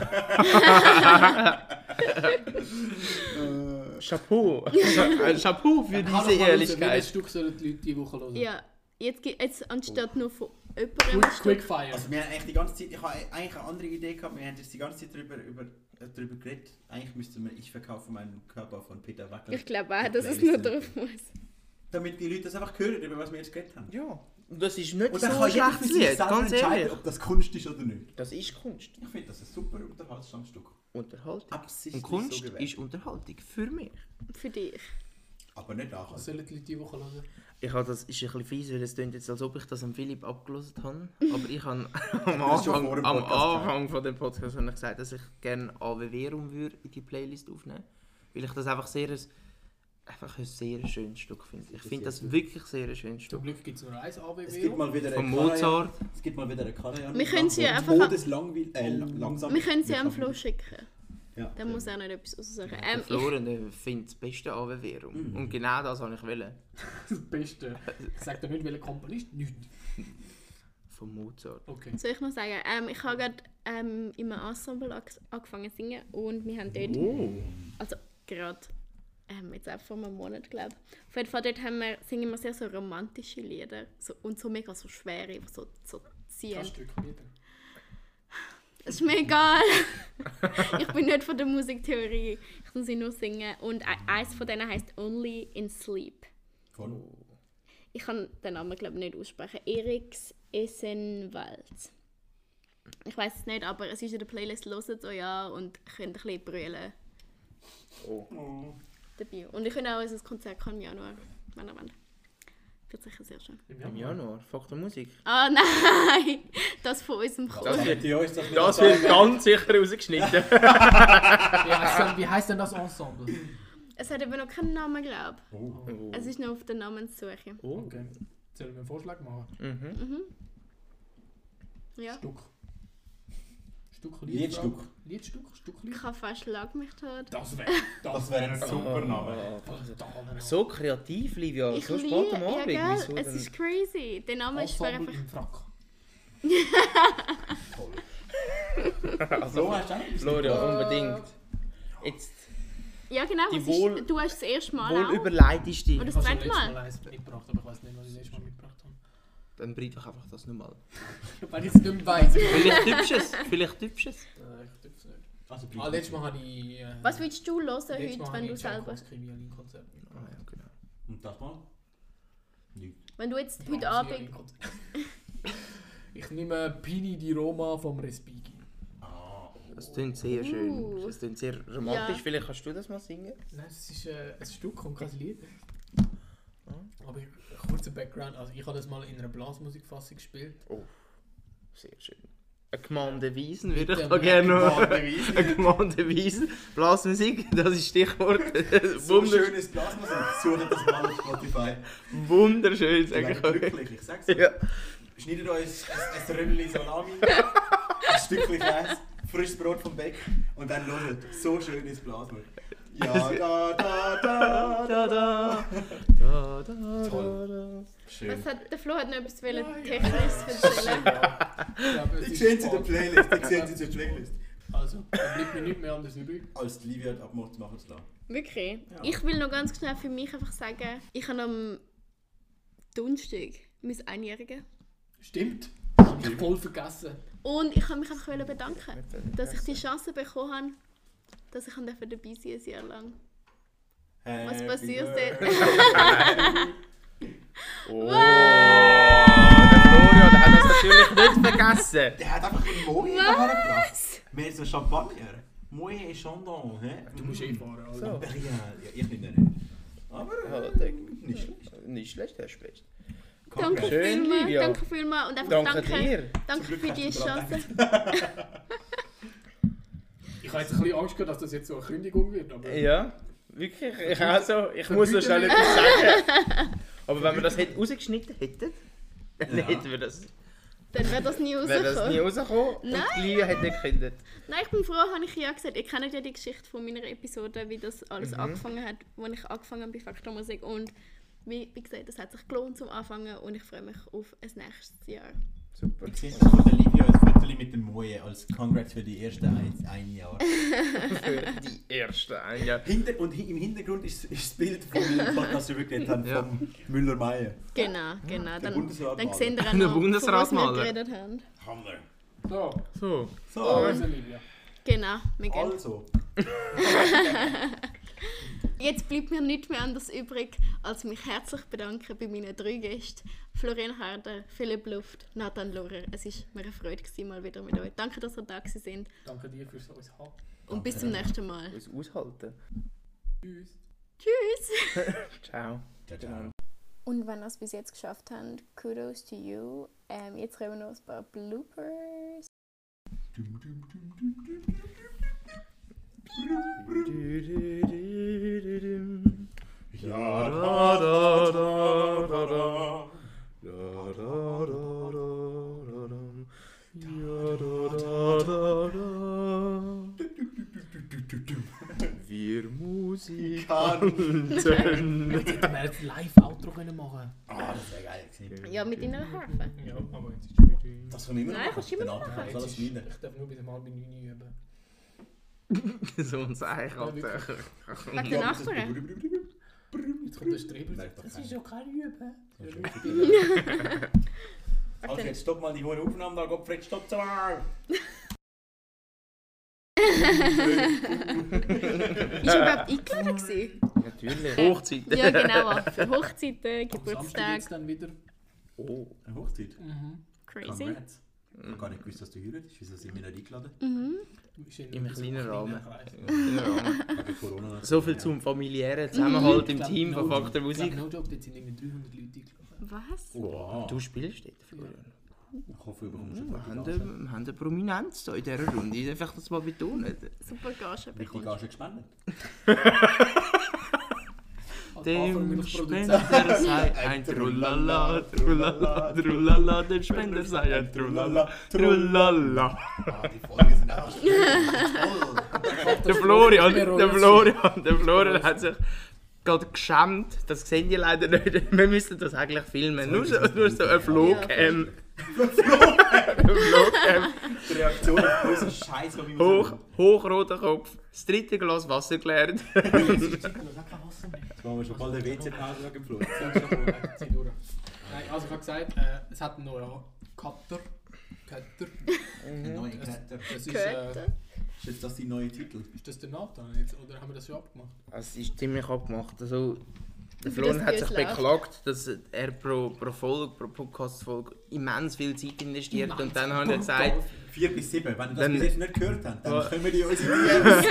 Chapeau. Ein Chapeau für Hau doch diese mal raus, Ehrlichkeit. welches Stück sollen die Leute diese Woche hören? Ja, jetzt, gi- jetzt anstatt nur von jemandem ein Quick, Stück. Quickfire. Also wir haben eigentlich die ganze Zeit, ich habe eigentlich eine andere Idee gehabt, wir haben jetzt die ganze Zeit darüber, über, äh, darüber geredet. Eigentlich müssten wir «Ich verkaufe meinen Körper» von Peter Wackler. Ich glaube auch, dass es Playlist nur nehmen. drauf muss. Damit die Leute das einfach hören, über was wir jetzt geredet haben. Ja, und das ist nicht Und so dann ein kann jeder für schlechtes sich Lied, selber ganz entscheiden, ehrlich. ob das Kunst ist oder nicht. Das ist Kunst. Ich finde, das ist ein super Unterhaltungsstück. Unterhaltung. Absichtlich Und Kunst so gewählt. ist Unterhaltung für mich. Für dich. Aber nicht Was nachhaltig. sollen die Leute diese Woche hören? Ich habe das ist ein bisschen fies, weil es klingt jetzt, als ob ich das an Philipp abgelesen habe. Aber ich habe am hast schon Anfang, vor dem am Podcast Anfang von dem Podcast habe ich gesagt, dass ich gerne A W Verum würde in die Playlist aufnehmen. Weil ich das einfach sehr ein, einfach ein sehr schönes Stück finde. Ich finde das wirklich sehr ein schönes Zum Stück. Glück gibt es nur eins A W Es gibt W. mal wieder Von eine Karajan- Mozart. Es gibt mal wieder eine Karajan. Wir können sie wo einfach- Todeslangweil- äh, la- langsam. Wir können sie am langsam- Flo schicken. Ja. Dann muss er noch etwas aussagen. Der Ähm, ich, Florian der findet das beste A W Verum. Mhm. Und genau das wollte ich wollen. Das Beste. Ich sage dir nicht, welcher Komponist. Nicht. Von Mozart. Okay. soll ich noch sagen? Ähm, ich habe gerade ähm, in einem Ensemble ang- angefangen zu singen und wir haben dort, Oh. also gerade ähm, jetzt auch vor einem Monat, glaube ich. Auf jeden Fall dort haben wir, singen wir sehr so romantische Lieder so, und so mega so schwere, so, so ziehen. Kannst du Stück wieder? Es ist mir egal. Ich bin nicht von der Musiktheorie. Ich kann sie nur singen. Und e- eins von denen heisst Only in Sleep. Von Ich kann den Namen glaube ich nicht aussprechen. Eriks Essenwald. Ich weiß es nicht, aber es ist in der Playlist. Hört es euch an und könnt ein bisschen brüllen Oh. dabei. Und ich könnte auch unser Konzert kommen im Januar, wenn ihr wollt. Wird sicher sehr schön. Im Januar, fuck der Musik. Ah nein! Das von unserem Das Chor. wird die uns das nicht Das sagen. wird ganz sicher rausgeschnitten. Wie heisst denn, wie heisst denn das Ensemble? Es hat aber noch keinen Namen, glaube ich. Oh. Oh. Es ist noch auf der Namenssuche. Oh. Okay. Sollen wir einen Vorschlag machen? Mhm. Mhm. Ja. Stück. Stück Liedstück. Liedstück? Stück Lied? Ich habe fast Schlag mich tot. Das wäre das Das wäre ein wär super Name. So kreativ, Livia. Ich So spät liebe, am ja Abend. gell, Wieso es denn? ist crazy. Der Name ist schwer Ensemble einfach... im Frack. Also, So hast du auch etwas Florian, unbedingt. Jetzt Ja genau, Die was wohl- ist, du hast das erste Mal wohl auch. überleiteste. Oder Ich das habe schon zweite letztes Mal. Mal eins mitgebracht, aber ich weiß nicht, was ich letztes Mal mitgebracht habe. Dann breit doch einfach das nochmal. Weil ich es nicht mehr weiss. Vielleicht typst es. Vielleicht typst es. Äh, ich dürf's nicht. Also, Ah, letztes Mal habe ich... Äh, Was willst du hören letztes heute, Mal wenn habe du ich selber... Tchaikovsky-Violinkonzert Ah, ja, genau. Und das mal? Nicht. Wenn du jetzt heute Brahms Abend... Violinkonzert. Ich nehme Pini di Roma vom Respighi. Ah, Das klingt sehr schön. Uh. Das klingt sehr romantisch. Ja. Vielleicht kannst du das mal singen? Nein, es ist äh, ein Stück und kein Lied. Aber ich, kurzer Background, also ich habe das mal in einer Blasmusikfassung gespielt. Oh, sehr schön. Eine Gemeinde Wiesen würde ich Mit da dem- gerne noch. Gemeinde Wiesen. Eine Gemeinde Wiesen. Blasmusik, das ist Stichwort. so Wunder schönes Blasmusik. Sucht das mal auf Spotify. wunderschön, Ich sage bin ich euch. glücklich, ich sag's dir. Ja. Schneidet euch ein, ein Röllchen Salami, ein Stückchen Käse, frisches Brot vom Bäck und dann hört so schönes Blasmusik. Ja, da, da, da, Da, da. da, da, da, Toll. da. Schön. Was hat, der Flo hat noch etwas wollen Ja, ja. Technisches erzählen. Ja, aber es Die ist sehen Sie in der spannend. Playlist, die sehen Sie in der Playlist. Also, dann bleibt mir nichts mehr anderes übrig. Als die Livia hat abgemacht, machen zu lassen. Wirklich. Ja. Ich will noch ganz schnell für mich einfach sagen, ich habe am Donnerstag mein Einjähriges. Stimmt. Habe ich voll vergessen. Und ich wollte mich einfach bedanken, dass ich die Chance bekommen habe, dass ich dabei sein durfte, ein Jahr lang. Was Happy passiert Birthday. Oh, der Florian der hat das natürlich nicht vergessen. Der hat einfach einen Moe hergebracht. Wir haben so Champagner. Moe et Chandon. hä? Du musst eh fahren. Also. So. Imperial. Ja, ich nehme den nicht. Aber Ja, äh, der- nicht schlecht. Nicht schlecht, Herr Spitz. Danke Schön, vielmals, Livia. danke vielmals und einfach Danke danke, dir. danke Zum für Glück die hast du daran Chance. Ich habe jetzt ein bisschen Angst gehabt, dass das jetzt so eine Kündigung wird. Aber Ja, Wirklich? Ich auch so. Ich muss noch schnell etwas sagen. Aber wenn wir das hätte rausgeschnitten hätten, dann Ja. hätten wir das... Dann wäre das nie Wäre das nie rausgekommen. rausgekommen und Nein. die Lia hätte nicht gekündigt. Nein, ich bin froh, habe ich ja gesagt. Ihr kennt ja die Geschichte von meiner Episode, wie das alles Mhm. angefangen hat, als ich angefangen habe bei Faktor Musik. Und wie, wie gesagt, es hat sich gelohnt zum Anfangen und ich freue mich auf ein nächstes Jahr. Super. Ich sehe von der Livia ein Foto mit dem Moje als Congrats für die ersten ein, ein Jahr. Für die erste ein Jahr. Hinter, und hi- im Hintergrund ist, ist das Bild von dem Podcast, den wir geredet haben, Ja. vom Müller-Meyer. Genau, genau. der Dann, Bundesratmaler. dann seht ihr auch Der noch, von was Bundesratmaler. wir geredet haben. Hammer. So, So. So, also Livia. Genau, Miguel. also. Jetzt bleibt mir nichts mehr anderes übrig, als mich herzlich bedanken bei meinen drei Gästen. Florian Harder, Philipp Luft, Nathan Lohrer. Es war mir eine Freude, gewesen, mal wieder mit euch. Danke, dass ihr da gewesen sind Danke dir fürs uns haben. und bis zum nächsten Mal. Uns aushalten. Tschüss. Tschüss! Ciao. Ciao, ciao. Und wenn ihr es bis jetzt geschafft habt, kudos to you. Ähm, jetzt kommen noch ein paar Bloopers. Ja, da, da, da, da, da. Wir Musik. Jetzt hätten wir jetzt Live-Outro können machen. Ah, das wäre geil gewesen. Ja, mit deiner Harfe. Ja, aber jetzt ist es wieder... Das können wir immer Nein, noch kannst du immer noch machen. machen. Das ist alles meine. Ich darf nur bis um halb neun üben. So ein Seich, Alter. Wegen der Nachbarn. Jetzt kommt der Streber. Merkt doch Das keiner. ist ja kein Üben. Das ist Ja, schon Üben. Also jetzt stopp mal die hohe Aufnahme, da Gottfried, stopp zu mal! Ist überhaupt eingeladen gewesen? Natürlich. Hochzeit. Ja, genau. Für Hochzeiten, Am Samstag Geburtstag. geht's dann wieder. Oh. Eine Hochzeit. Mhm. Crazy. Congrats. Ich habe gar nicht gewusst, dass du heiratest. Wieso sind wir nicht eingeladen? Mhm. Ist in Im einem kleinen Rahmen. Kreis. Aber Corona. So viel zum familiären Zusammenhalt im Ich glaub, Team von no Faktor joke. Ich Musik. glaub, no joke, dort sind irgendwie dreihundert Leute eingeladen. Was? Wow. Du spielst dort, Florian. Ich hoffe, wir bekommen schon Wir gute haben, Gage. eine, wir haben eine Prominenz hier in dieser Runde. Ich darf das mal betonen. Super Gage Wird die bekommen. Gage gespendet? Als Dem Hafermilchproduzent. Spender sei ein Trullala, Trullala, Trullala, dem Spender sei ein Trullala, Trullala. Ah, die Folgen sind auch toll. Der Florian, der Florian, der Florian hat sich gerade geschämt. Das sehen die leider nicht. Wir müssen das eigentlich filmen. Nur so, nur so ein Flowcam. Flowcam. Die Reaktion auf unseren Scheiß, wie wir Hoch, hochroter Kopf. Das dritte Glas Wasser geleert. Jetzt machen wir schon bald eine W C-Pause wegen dem Flug. Nein, also ich habe gesagt, äh, es hat noch einen Cutter. Cutter. Ein neuer Kletter. Das ist, äh, Gehört. Ist jetzt das dein neuer Titel? ist das der Nathan jetzt? Oder haben wir das schon abgemacht? Es ist ziemlich abgemacht. Also, der Für Florian das hat wie sich es läuft. beklagt, dass er pro, pro Folge, pro Podcast-Folge immens viel Zeit investiert. Und dann hat er gesagt, Vier bis sieben. Wenn ihr das Dann- bis jetzt nicht gehört habt, dann Ja. können wir die unsere D Ms.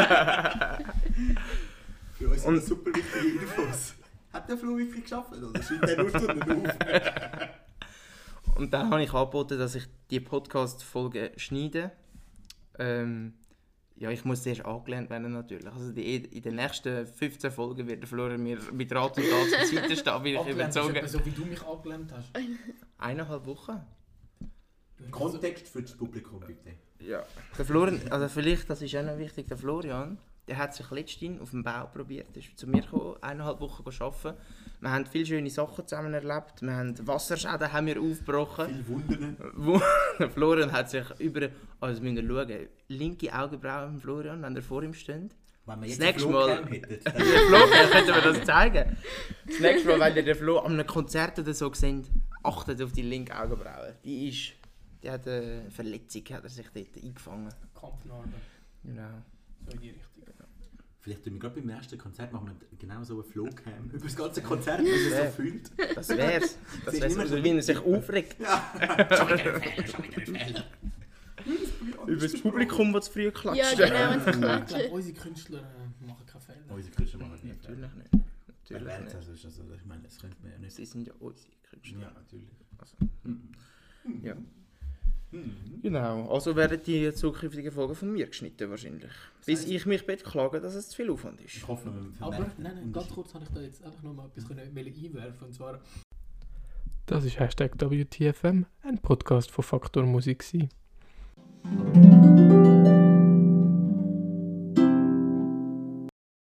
Für uns sind Und- das super wichtige Infos. Hat der Flo wirklich geschafft? Oder schreibt der nur Stunden auf? und dann habe ich angeboten, dass ich die Podcast-Folge schneide. Ähm, ja, ich muss zuerst angelernt werden natürlich. Also die, in den nächsten fünfzehn Folgen wird der Florian mir mit Rat und Tat zur Seite stehen, bin ich Abgelernt ist etwa überzogen. so, wie du mich abgelernt hast. Eineinhalb Wochen? Du hast Kontext für das Publikum, bitte. Ja. Der Florian, also vielleicht, das ist auch noch wichtig, der Florian, der hat sich letztens auf dem Bau probiert. Er ist zu mir gekommen, eineinhalb Wochen arbeiten. Wir haben viele schöne Sachen zusammen erlebt. Wir haben Wasserschäden haben wir aufgebrochen. Viel Wunder. Wo, der Florian hat sich über... Also müsst ihr schauen, linke Augenbraue im Florian, wenn ihr vor ihm steht. Wenn wir jetzt Das einen nächste Flugcam Mal- hätten, Der dann Flo, dann könnten wir das zeigen. Das nächste Mal, wenn ihr den Flo an einem Konzert oder so seht, achtet auf die linke Augenbraue. Die ist... Die hat eine Verletzung, hat er sich dort eingefangen. Kampfnarbe. Genau. So in die Richtung. vielleicht tun wir gerade beim ersten Konzert machen wir genau so eine Flowcam über das ganze Konzert, wie man so fühlt. Das wär's. Das Siehst wär's, immer also, so wie er sich aufregt. Ja, schon wieder ein Fehler, schon wieder ein Fehler. Über das Publikum, das zu früh klatscht. Ja, genau, wenn sie Ich glaube, klatschen. unsere Künstler äh, machen keine Fehler. Unsere Künstler machen nie Fehler. Natürlich nicht. Wer Natürlich wählt's? nicht. Also, ist also, ich meine, das könnte man ja nicht. Sie sind ja unsere Künstler. Ja, natürlich. Also, ja. Mhm. Genau, also werden die zukünftigen Folgen von mir geschnitten wahrscheinlich. Bis ich mich beklage, dass es zu viel Aufwand ist. Ich hoffe, wir Aber vermerken nein, nein, den ganz Unterschied. kurz habe ich da jetzt einfach noch mal etwas können einwerfen. Und zwar... Das ist Hashtag W T F M, ein Podcast von Faktor Musik.